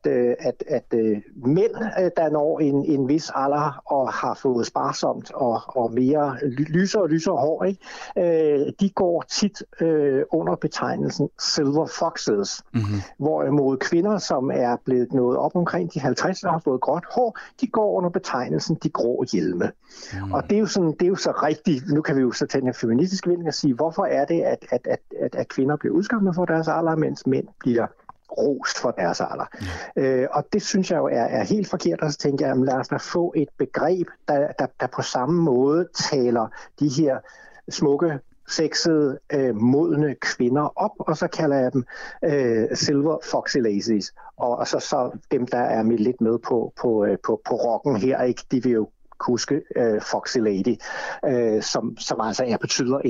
mænd, der når en vis alder og har fået sparsomt og mere lysere hår, ikke? De går tit under betegnelsen silver foxes. Mm-hmm. Hvorimod kvinder, som er blevet nået op omkring de 50 og har fået gråt hår, de går under betegnelsen de grå hjelme. Mm. Og det er jo så rigtigt. Nu kan vi jo så tage en feministisk vending og sige, hvorfor er det, at kvinder bliver udskammet for deres alder, mens mænd bliver rost for deres alder. Og det synes jeg jo er helt forkert, og så tænker jeg, lad os da få et begreb, der på samme måde taler de her smukke, sexede, modne kvinder op, og så kalder jeg dem Silver Foxy Ladies. Og så dem, der er lidt med på rocken her, ikke? De vil jo huske Foxy Lady, som altså betyder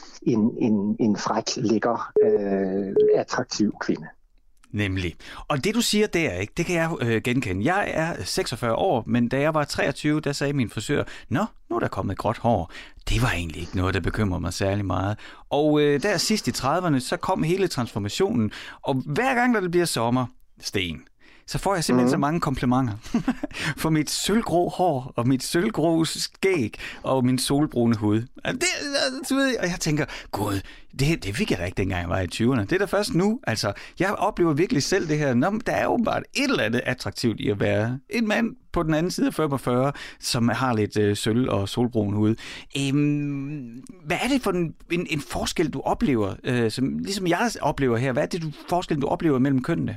en fræk, lækker, attraktiv kvinde. Nemlig. Og det du siger der, ikke, det kan jeg genkende. Jeg er 46 år, men da jeg var 23, der sagde min frisør, nu er der kommet gråt hår. Det var egentlig ikke noget, der bekymrede mig særlig meget. Og der sidst i 30'erne, så kom hele transformationen. Og hver gang, der det bliver sommer, Sten, så får jeg simpelthen så mange komplimenter for mit sølvgrå hår, og mit sølvgrå skæg, og min solbrune hud. Og jeg tænker, gud, det fik jeg da ikke, dengang jeg var i 20'erne. Det er da først nu. Altså, jeg oplever virkelig selv det her. Der er åbenbart et eller andet attraktivt i at være en mand på den anden side af 45, som har lidt sølv og solbrun hud. Hvad er det for en forskel, du oplever, ligesom jeg oplever her? Hvad er det forskel, du oplever mellem kønnene?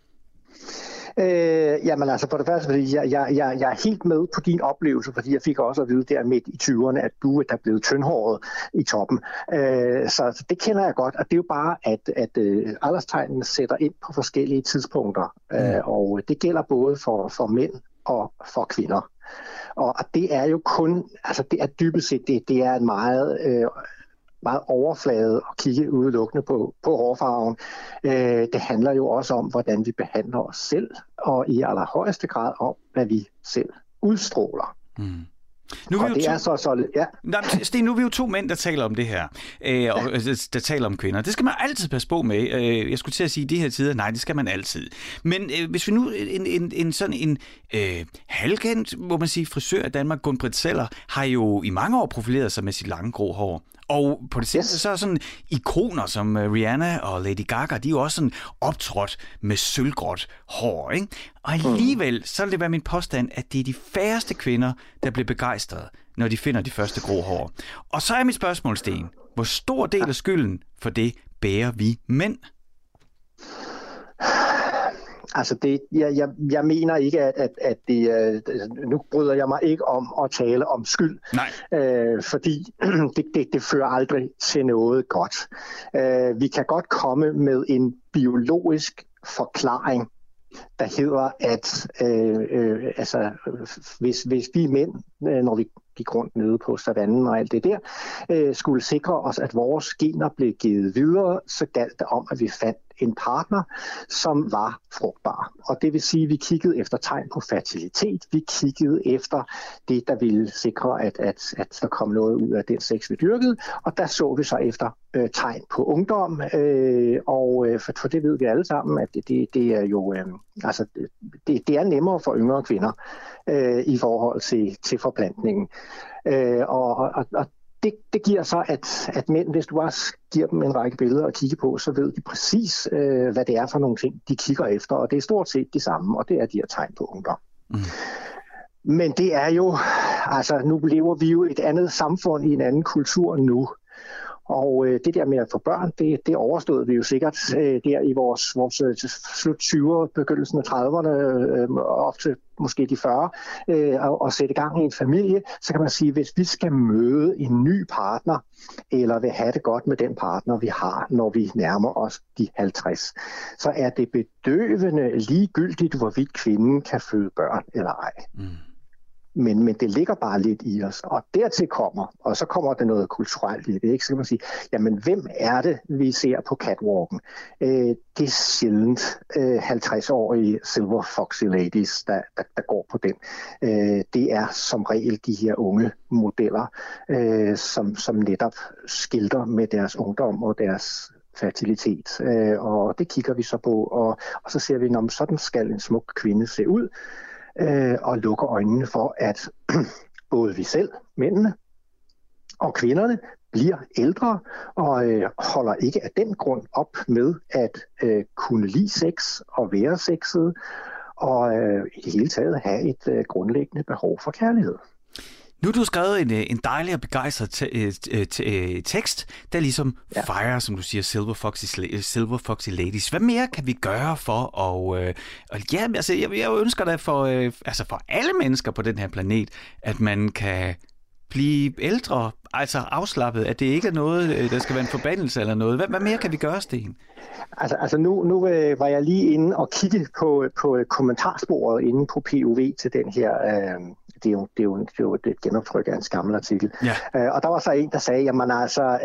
Jamen altså for det første, fordi jeg er helt med på din oplevelse, fordi jeg fik også at vide der midt i 20'erne, at du er blevet tyndhåret i toppen. Så det kender jeg godt, og det er jo bare, at alderstegnene sætter ind på forskellige tidspunkter, og det gælder både for mænd og for kvinder. Og det er jo kun, altså det er dybest set, det er en meget overflade at kigge udelukkende på hårfarven. Det handler jo også om, hvordan vi behandler os selv, og i allerhøjeste grad om, hvad vi selv udstråler. Sten, nu er vi jo to mænd, der taler om det her, og der taler om kvinder. Det skal man altid passe på med. Jeg skulle til at sige, i de her tider, nej, det skal man altid. Men hvis vi nu, en halvkendt, må man sige, frisør af Danmark, Gun-Britt Zeller, har jo i mange år profileret sig med sit lange grå hår. Og på det seneste, så er sådan ikoner som Rihanna og Lady Gaga, de er jo også sådan optrådt med sølvgråt hår, ikke? Og alligevel, så vil det være min påstand, at det er de færreste kvinder, der bliver begejstrede, når de finder de første grå hår. Og så er mit spørgsmål, Sten, hvor stor del af skylden for det bærer vi mænd? Altså, jeg mener ikke, at det... Nu bryder jeg mig ikke om at tale om skyld. Nej. Fordi det fører aldrig til noget godt. Vi kan godt komme med en biologisk forklaring, der hedder, at hvis vi mænd, når vi gik rundt nede på savannen og alt det der, skulle sikre os, at vores gener blev givet videre, så galt det om, at vi fandt en partner, som var frugtbar. Og det vil sige, at vi kiggede efter tegn på fertilitet. Vi kiggede efter det, der ville sikre, at der kom noget ud af den sex, vi dyrkede. Og der så vi så efter tegn på ungdom. For det ved vi alle sammen, at det er jo det er nemmere for yngre kvinder i forhold til forplantningen. Og det giver så, at mænd, hvis du også giver dem en række billeder at kigge på, så ved de præcis, hvad det er for nogle ting, de kigger efter. Og det er stort set de samme, og det er de her tegn på ungdom. Mm. Men det er jo, altså nu lever vi jo i et andet samfund, i en anden kultur nu. Og det der med at få børn, det overstod vi jo sikkert der i vores slut 20'ere, begyndelsen af 30'erne, op til måske de 40, og sætte gang i en familie, så kan man sige, hvis vi skal møde en ny partner, eller vil have det godt med den partner, vi har, når vi nærmer os de 50, så er det bedøvende ligegyldigt, hvorvidt kvinden kan føde børn eller ej. Mm. Men det ligger bare lidt i os, og dertil kommer, og så kommer det noget kulturelt i det, ikke? Så kan man sige, jamen hvem er det, vi ser på catwalken? Det er sjældent 50-årige Silver Foxy Ladies, der går på den. Det er som regel de her unge modeller, som netop skilter med deres ungdom og deres fertilitet, og det kigger vi så på, og så ser vi, om sådan skal en smuk kvinde se ud, og lukker øjnene for, at både vi selv, mændene og kvinderne, bliver ældre og holder ikke af den grund op med at kunne lide sex og være sexet og i det hele taget have et grundlæggende behov for kærlighed. Nu har du skrevet en dejlig og begejstret tekst, der ligesom fejrer, som du siger, Silver Foxy Ladies. Hvad mere kan vi gøre for jeg ønsker da for alle mennesker på den her planet, at man kan blive ældre, altså afslappet, at det ikke er noget, der skal være en forbandelse eller noget. Hvad mere kan vi gøre, Sten? Altså nu var jeg lige inde og kigge på kommentarsporet inde på POV til den her. Det er jo et genoptryk af en gammel artikel. Ja. Og der var så en, der sagde, jamen altså,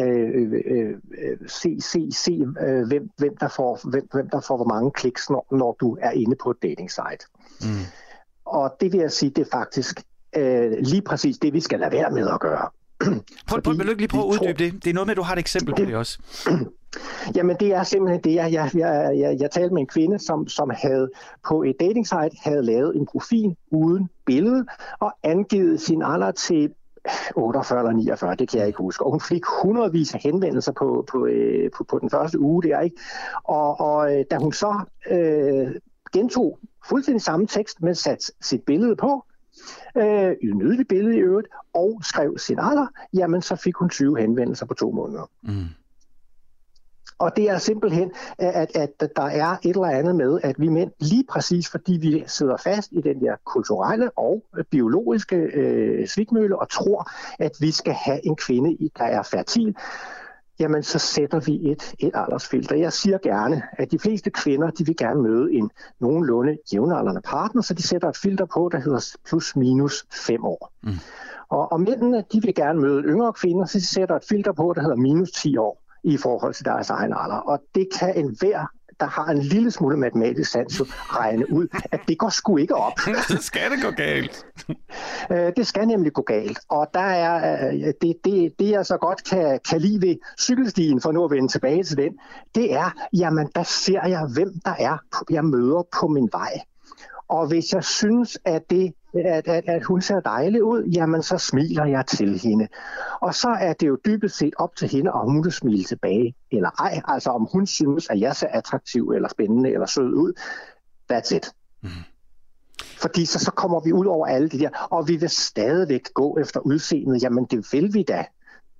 se hvem der får hvor mange kliks, når du er inde på et dating site. Mm. Og det vil jeg sige, det er faktisk lige præcis det, vi skal lade være med at gøre. Vil du ikke lige prøve at uddybe det? Det er noget med, at du har et eksempel på det også. Jamen, det er simpelthen det, jeg talte med en kvinde, som havde på et dating site havde lavet en profil uden billede og angivet sin alder til 48 eller 49, det kan jeg ikke huske. Og hun fik hundredvis af henvendelser på den første uge der, ikke? Og da hun så gentog fuldstændig samme tekst, men satte sit billede på, et nydeligt billede i øvrigt, og skrev sin alder, jamen så fik hun 20 henvendelser på 2 måneder. Mm. Og det er simpelthen, at der er et eller andet med, at vi mænd, lige præcis fordi vi sidder fast i den der kulturelle og biologiske svigmølle og tror, at vi skal have en kvinde, der er fertil, jamen så sætter vi et aldersfilter. Jeg siger gerne, at de fleste kvinder, de vil gerne møde en nogenlunde jævnaldrende partner, så de sætter et filter på, der hedder plus minus 5 år. Mm. Og mændene, de vil gerne møde yngre kvinder, så de sætter et filter på, der hedder minus 10 år i forhold til deres egen alder. Og det kan enhver, der har en lille smule matematisk sans, jo regne ud, at det går sgu ikke op. Det skal det gå galt. Det skal nemlig gå galt. Og der er det jeg så godt kan lide ved cykelstien, for nu at vende tilbage til den, det er, jamen der ser jeg, hvem der er, jeg møder på min vej. Og hvis jeg synes, at hun ser dejlig ud, jamen så smiler jeg til hende. Og så er det jo dybest set op til hende, om hun vil smile tilbage eller ej. Altså om hun synes, at jeg ser attraktiv eller spændende eller sød ud. That's it. Fordi så kommer vi ud over alle de der, og vi vil stadigvæk gå efter udseendet. Jamen det vil vi da.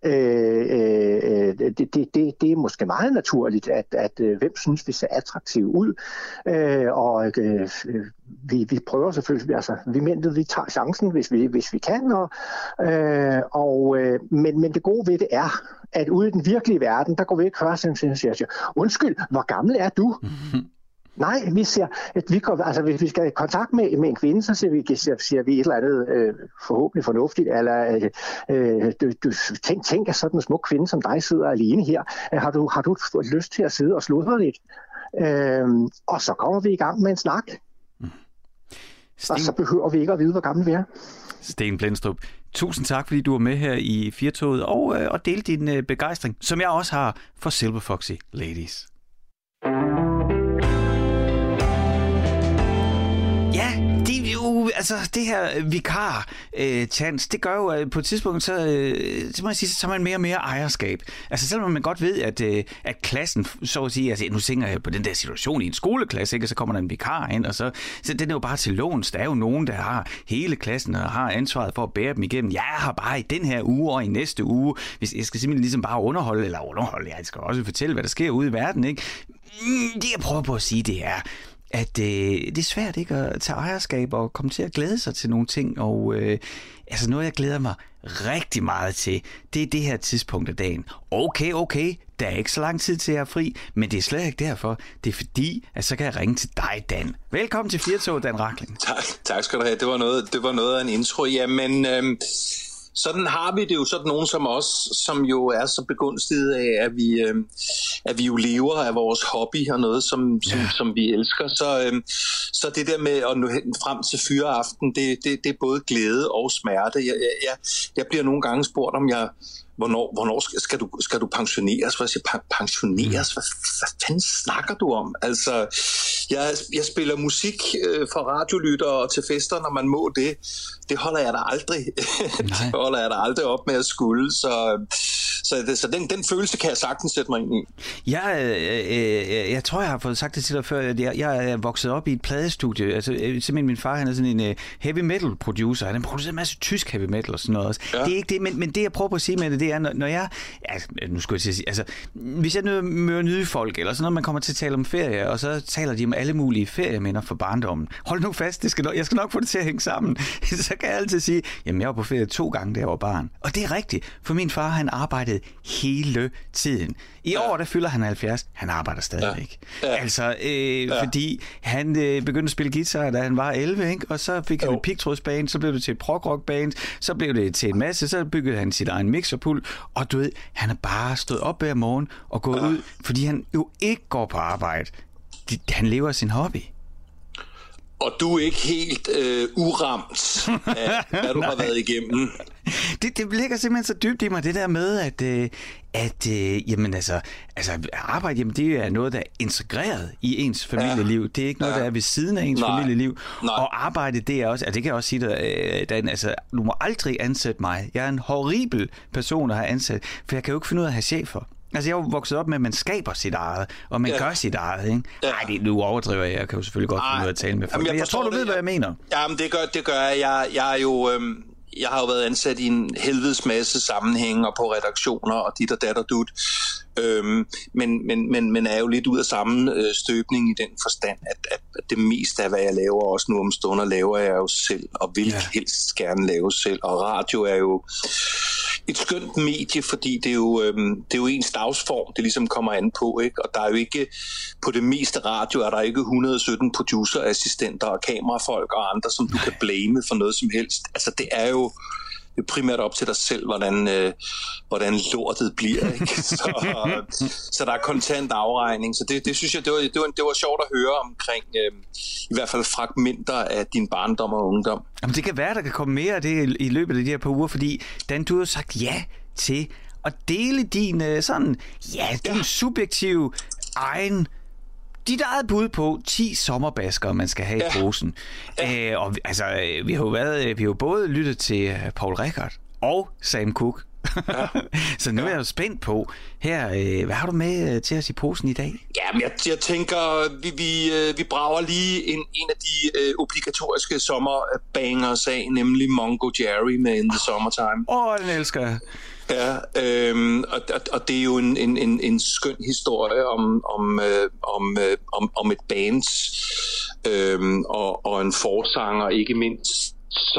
Det er måske meget naturligt, at hvem synes, vi ser attraktive ud. Vi prøver selvfølgelig, altså vi mænd, vi tager chancen, hvis vi kan. Men det gode ved det er, at ude i den virkelige verden, der går vi ikke høre sådan en siger, undskyld, hvor gammel er du? Nej, vi siger, at hvis vi skal i kontakt med en kvinde, så siger vi et eller andet forhåbentlig fornuftigt, eller tænk at sådan en smuk kvinde som dig sidder alene her. Har du lyst til at sidde og sludre lidt? Og så kommer vi i gang med en snak. Og så behøver vi ikke at vide, hvor gammel vi er. Sten Blendstrup, tusind tak, fordi du var med her i Firtoget og delte din begejstring, som jeg også har for Silver Foxy Ladies. Ja, det her vikar-chance, det gør jo, at på et tidspunkt, så må jeg sige, så tager man mere og mere ejerskab. Altså selvom man godt ved, at klassen, så at sige, altså nu tænker jeg på den der situation i en skoleklasse, ikke? Og så kommer der en vikar ind, og så den er jo bare til låns. Der er jo nogen, der har hele klassen og har ansvaret for at bære dem igennem. Jeg har bare i den her uge og i næste uge, hvis jeg skal simpelthen ligesom bare underholde, jeg skal også fortælle, hvad der sker ude i verden, ikke? Det jeg prøver på at sige, det er, at det er svært ikke at tage ejerskab og komme til at glæde sig til nogle ting, og noget jeg glæder mig rigtig meget til, det er det her tidspunkt af dagen. Okay, der er ikke så lang tid til at jeg er fri, men det er slet ikke derfor. Det er fordi, at så kan jeg ringe til dig, Dan. Velkommen til Firtoget, Dan Rachling. Tak skal du have. Det var noget af en intro. Jamen, sådan har vi det jo, sådan nogen som os, som jo er så begunstiget af, at vi jo lever af vores hobby og noget, som vi elsker. Så det der med at nå hen frem til fyreaften, det er både glæde og smerte. Jeg bliver nogle gange spurgt, om hvornår skal du pensioneres? Hvad siger pensioneres? Hvad fanden snakker du om? Altså, jeg spiller musik for radiolyttere og til fester, når man må det. Det holder jeg da aldrig. Det holder jeg da aldrig op med at skulle. Så den følelse kan jeg sagtens sætte mig ind i. Jeg tror, jeg har fået sagt det til dig før. Jeg er vokset op i et pladestudie. Altså, simpelthen min far, han er sådan en heavy metal producer. Han producerer en masse tysk heavy metal og sådan noget også. Ja. Det er ikke det, men det jeg prøver på at sige med det er, når jeg... Altså, nu skulle jeg til at sige... Altså, hvis jeg møder nye folk, eller sådan noget, man kommer til at tale om ferie, og så taler de om alle mulige ferieminder fra barndommen. Hold nu fast, jeg skal nok få det til at hænge sammen. Så kan jeg altid sige, jamen jeg var på ferie 2 gange, da jeg var barn. Og det er rigtigt, for min far, han arbejdede hele tiden. I år, der fylder han 70. Han arbejder stadigvæk. Ja. Altså, fordi han begyndte at spille guitar, da han var 11, ikke? Og så fik han et pigtrådsband, så blev det til et prog-rock-band, så blev det til en masse, så byggede han sit egen mixerpult, og du ved, han er bare stået op hver morgen og gået ud, fordi han jo ikke går på arbejde. Han lever af sin hobby. Og du er ikke helt uramt af, hvad du har været igennem. Det ligger simpelthen så dybt i mig, det der med, at jamen altså arbejde, jamen det er noget, der er integreret i ens familieliv. Det er ikke noget, der er ved siden af ens familieliv. Nej. Og arbejde, det er også, det kan jeg også sige dig, Dan, altså, du må aldrig ansætte mig. Jeg er en horribel person at have ansat, for jeg kan jo ikke finde ud af at have chefer. Altså, jeg er jo vokset op med, at man skaber sit eget, og man gør sit eget, ikke? Nej, nu overdriver jeg. Jeg kan jo selvfølgelig godt finde ud af at tale med folk. Men jeg tror, du ved, hvad jeg mener. Jamen, det gør jeg. Jeg er jo... Jeg har jo været ansat i en helvedes masse sammenhænge og på redaktioner og dit og dat og dut. Men er jo lidt ud af samme støbning i den forstand, at det meste af, hvad jeg laver, også nu om stunder, laver jeg jo selv, og vil helst gerne lave selv. Og radio er jo et skønt medie, fordi det er jo ens dagsform, det ligesom kommer an på, ikke? Og der er jo ikke, på det meste radio er der ikke 117 producerassistenter og kamerafolk og andre, som du kan blame for noget som helst. Altså det er jo det er primært op til dig selv, hvordan lortet bliver. Ikke? Så der er kontant afregning. Så det synes jeg, det var sjovt at høre omkring i hvert fald fragmenter af din barndom og ungdom. Jamen, det kan være, der kan komme mere af det i løbet af de her par uger, fordi Dan, du har sagt ja til at dele din din subjektive egen dit eget bud på 10 sommerbasker, man skal have i posen. Og altså, vi har jo både lyttet til Paul Rickard og Sam Cooke. Så nu er jeg jo spændt på her, hvad har du med til os i posen i dag? Jamen, jeg tænker, vi brager lige en af de obligatoriske sommerbangers af, nemlig Mungo Jerry med In the Summertime. Den elsker jeg. Ja, og det er jo en skøn historie om et band og en forsanger, ikke mindst,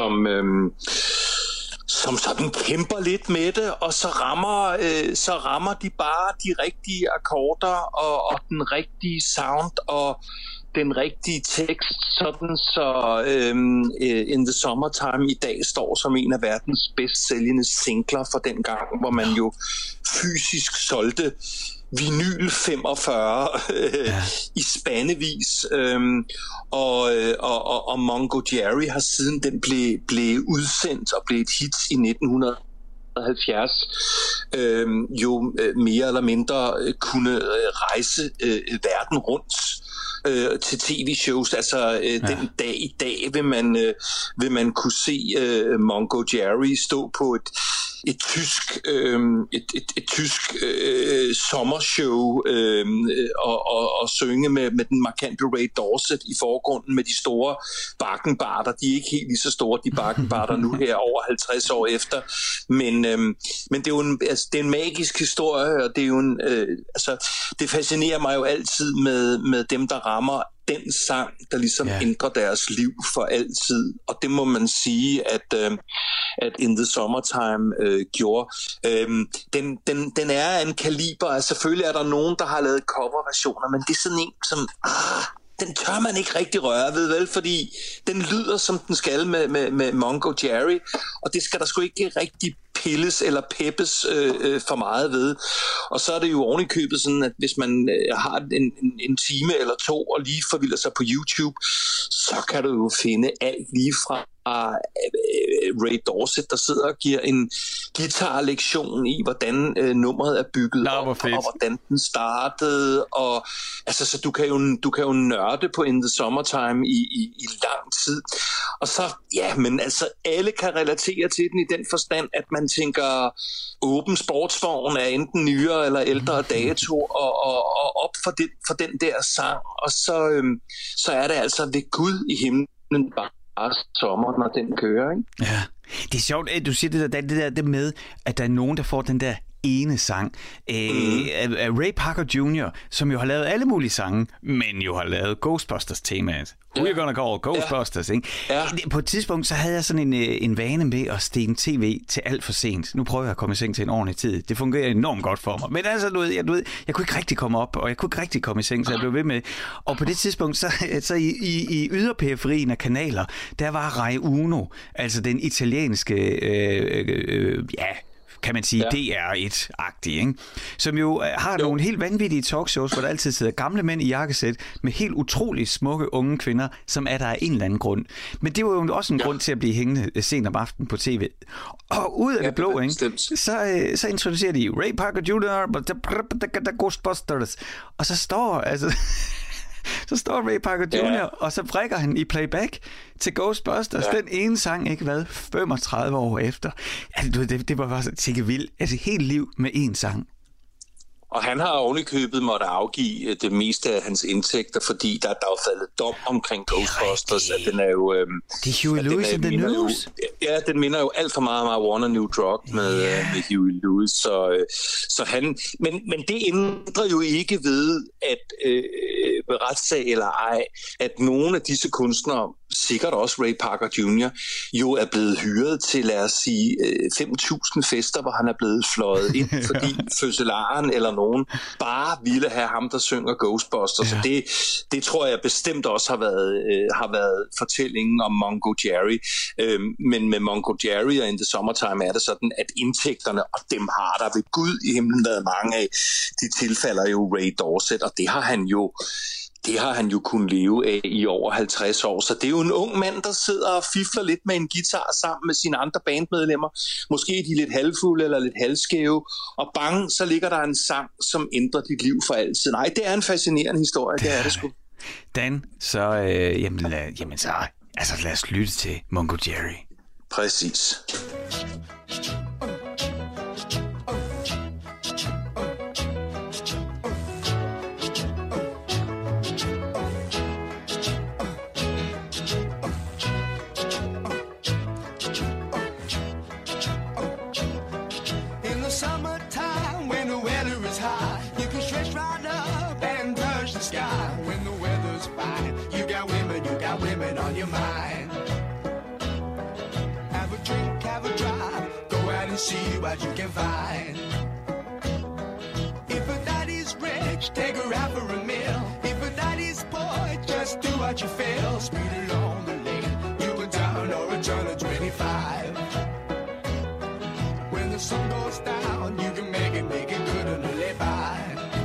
som sådan kæmper lidt med det, og så rammer de bare de rigtige akkorder og den rigtige sound og den rigtige tekst, sådan så In the Summertime i dag står som en af verdens bedst sælgende singler for den gang, hvor man jo fysisk solgte vinyl 45 i spandevis, og Mungo Jerry har siden den blev udsendt og blev et hit i 1970 jo mere eller mindre kunne rejse verden rundt til tv-shows. Altså den dag i dag vil man kunne se Mungo Jerry stå på et tysk sommershow og synge med den markante Ray Dorset i forgrunden med de store bakkenbarter. De er ikke helt lige så store, de bakkenbarter nu her over 50 år efter. Men det er jo det er en magisk historie, og det er jo det fascinerer mig jo altid med dem, der rammer den sang, der ligesom ændrer deres liv for altid. Og det må man sige, at In the Summertime gjorde. Den er af en kaliber, altså selvfølgelig er der nogen, der har lavet coverversioner, men det er sådan en, som den tør man ikke rigtig røre ved, vel? Fordi den lyder, som den skal med Mungo Jerry, og det skal der sgu ikke rigtig pilles eller peppes for meget ved. Og så er det jo oven i købet sådan, at hvis man har en time eller to og lige forvilder sig på YouTube, så kan du jo finde alt lige fra Ray Dorset, der sidder og giver en guitarlektion i, hvordan nummeret er bygget op, og hvordan den startede, og altså, så du kan jo nørde på In the Summertime i lang tid. Og så, men altså, alle kan relatere til den i den forstand, at man tænker, åben sportsvogn er enten nyere eller ældre dato, og op for den der sang, og så er det altså ved Gud i himlen bare sommer, når den kører, ikke? Ja, det er sjovt, at du siger det med, at der er nogen, der får den der ene sang af Ray Parker Jr., som jo har lavet alle mulige sange, men jo har lavet Ghostbusters-temaet. Who you gonna call Ghostbusters, ikke? Ja. På et tidspunkt, så havde jeg sådan en vane med at stikke tv til alt for sent. Nu prøver jeg at komme i seng til en ordentlig tid. Det fungerer enormt godt for mig. Men altså, jeg kunne ikke rigtig komme op, og jeg kunne ikke rigtig komme i seng, så jeg blev ved med. Og på det tidspunkt, så i yderperiferien af kanaler, der var Rai Uno, altså den italienske, kan man sige, DR1-agtig, ikke? Som jo har nogle helt vanvittige talkshows, hvor der altid sidder gamle mænd i jakkesæt med helt utroligt smukke unge kvinder, som er der af en eller anden grund. Men det var jo også en grund til at blive hængende sent om aftenen på tv. Og ud af det blå, ikke? Så introducerer de Ray Parker Jr., Ghostbusters, og så står Ray Parker Jr., og så brækker han i playback til Ghostbusters. Den ene sang, ikke hvad, 35 år efter. Altså, det var bare så tække vildt. Altså, helt liv med én sang. Og han har ovenikøbet måtte afgive det meste af hans indtægter, fordi der er jo faldet dom omkring Ghostbusters, at den er jo... det er Huey Lewis and the News. Den minder jo alt for meget om I Want a New Drug med Huey Lewis. Så han... Men det ændrer jo ikke ved, at retssag eller ej, at nogle af disse kunstnere, sikkert også Ray Parker Jr., jo er blevet hyret til, lad os sige, 5.000 fester, hvor han er blevet fløjet ind, fordi fødselaren eller nogen bare ville have ham, der synger Ghostbusters. Så det tror jeg bestemt også har været fortællingen om Mongo Jerry. Men med Mongo Jerry og In the Summertime er det sådan, at indtægterne, og dem har der ved Gud i himlen været mange af, de tilfalder jo Ray Dorset, og det har han jo kunnet leve af i over 50 år. Så det er jo en ung mand, der sidder og fifler lidt med en guitar sammen med sine andre bandmedlemmer. Måske er de lidt halvfulde eller lidt halvskæve. Og bang, så ligger der en sang, som ændrer dit liv for altid. Nej, det er en fascinerende historie, det er det sgu. Dan, så, lad os lytte til Mongo Jerry. Præcis. See what you can find. If a daddy's rich, take her out for a meal. If a daddy's poor, just do what you feel. Speed along the lane, you go down or a turn of 25. When the sun goes down, you can make it good and live by.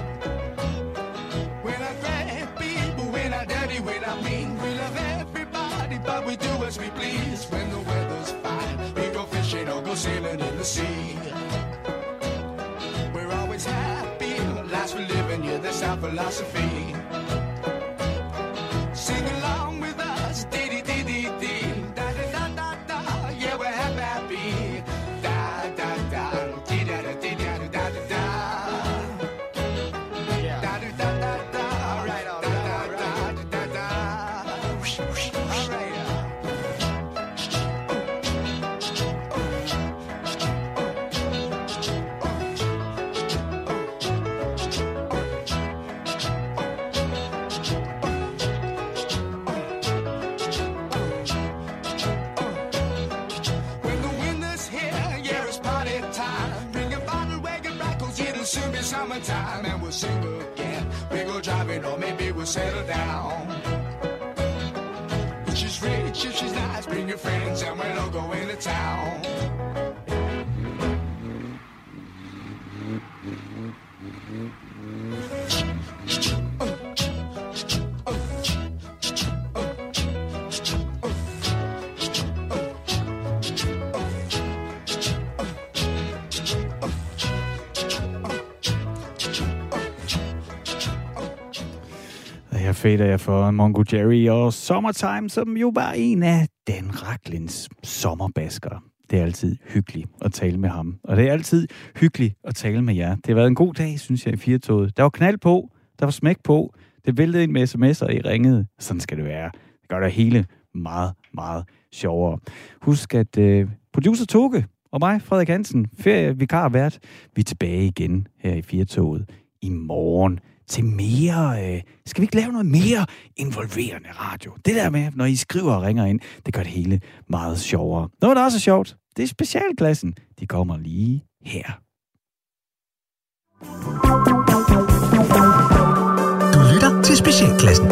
When I grab people, when I dirty, when I mean, we love everybody, but we do as we please. When the weather's fine, we go fishing or go sailing in the sea. We're always happy, last for living, yeah, that's our philosophy. Sing along with us, dee-dee-dee-dee-dee, da-da-da-da-da, yeah, we're happy, da-da-da, dee-da-da-dee-da-da-da-da, da-da-da-da-da, right on, da-da-da-da-da, all right. Summertime and we'll sing again. We go driving or maybe we'll settle down. If she's rich, if she's nice, bring your friends and we'll all go into town. Her fader jeg for Mongo Jerry og Summertime, som jo var en af Dan Rachlins sommerbaskere. Det er altid hyggeligt at tale med ham, og det er altid hyggeligt at tale med jer. Det har været en god dag, synes jeg, i Firtoget. Der var knald på, der var smæk på, det væltede ind med sms'er, I ringede. Sådan skal det være. Det gør det hele meget, meget sjovere. Husk, at producer Toge og mig, Frederik Hansen, ferievikar vært, vi er tilbage igen her i Firtoget i morgen til mere. Skal vi ikke lave noget mere involverende radio? Det der med, når I skriver og ringer ind, det gør det hele meget sjovere. Noget, der også er sjovt, det er specialklassen. De kommer lige her. Du lytter til Specialklassen.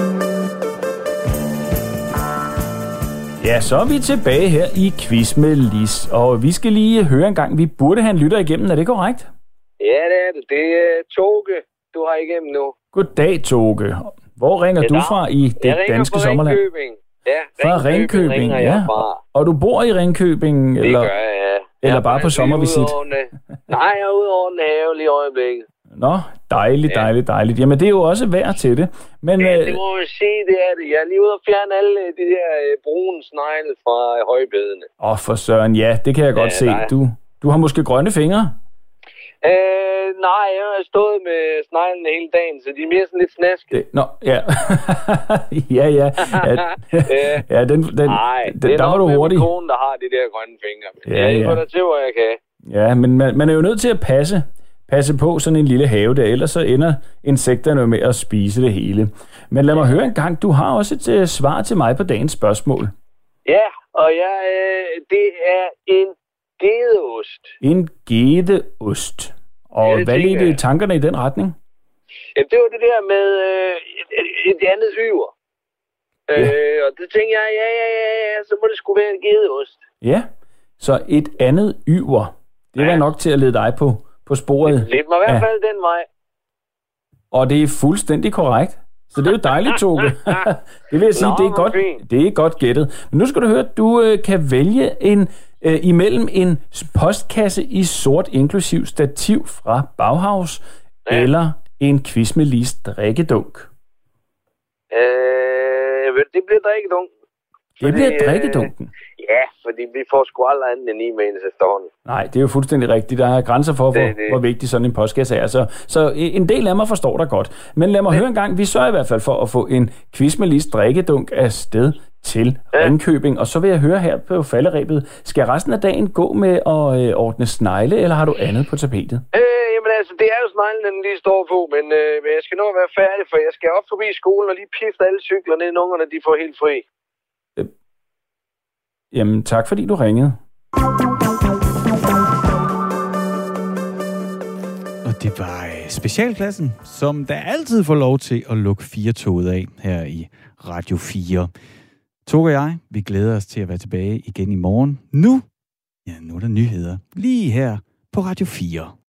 Ja, så er vi tilbage her i Quiz med Lis, og vi skal lige høre en gang. Vi burde have en lytter igennem, er det korrekt? Ja, det er det. Det er Toge, du har igennem nu. Goddag, Toge. Hvor ringer du fra i det danske sommerland? Ja, fra Ringkøbing, ja. Og du bor i Ringkøbing? Det eller, gør jeg, ja. Eller bare på sommervisit? Nej, jeg er ude over den have lige i øjeblikket. Nå, dejligt. Jamen, det er jo også værd til det. Men, ja, det må jeg sige, det er det. Jeg er lige ude og fjerne alle de der brune snegle fra højbedene. For søren, ja, det kan jeg godt se. Du har måske grønne fingre? Nej, jeg har stået med sneglene hele dagen, så de er mere sådan lidt snaske. Ja. ja. Ja, den der var du hurtig. Det er kone, der har de der grønne fingre. Ja. Jeg går der til, hvor jeg kan. Ja, men man er jo nødt til at passe passe på sådan en lille have der, ellers så ender insekterne med at spise det hele. Men lad mig høre en gang, du har også et svar til mig på dagens spørgsmål. Ja, og det er en gedeost. En gedeost. Og hvad ledte tankerne i den retning? Ja, det var det der med et andet yver. Og det tænkte jeg, ja, så må det sgu være en gedeost. Ja, så et andet yver. Det var nok til at lede dig på sporet. Lidt mig i hvert fald den vej. Og det er fuldstændig korrekt. Så det er jo dejligt, Toge. Det vil jeg sige, det er godt gættet. Men nu skal du høre, at du kan vælge imellem en postkasse i sort inklusiv stativ fra Bauhaus, eller en quiz med Lis drikkedunk. Det bliver drikkedunken. Det bliver drikkedunken? Ja, fordi vi får sgu aldrig andet end e-mails efterhånden. Nej, det er jo fuldstændig rigtigt. Der er grænser for, hvor vigtig sådan en postkasse er. Så en del af mig forstår dig godt. Men lad mig høre en gang. Vi sørger i hvert fald for at få en quiz med Lis drikkedunk afsted til Ringkøbing. Og så vil jeg høre her på falderebet. Skal resten af dagen gå med at ordne snegle, eller har du andet på tapetet? Jamen altså, det er jo sneglen, den lige står på. Men jeg skal nå at være færdig, for jeg skal op forbi skolen og lige pifte alle cyklerne, inden ungerne de får helt fri. Jamen, tak fordi du ringede. Og det var specialklassen, som der altid får lov til at lukke 4-toget af her i Radio 4. Toge og jeg, vi glæder os til at være tilbage igen i morgen. Nu er der nyheder lige her på Radio 4.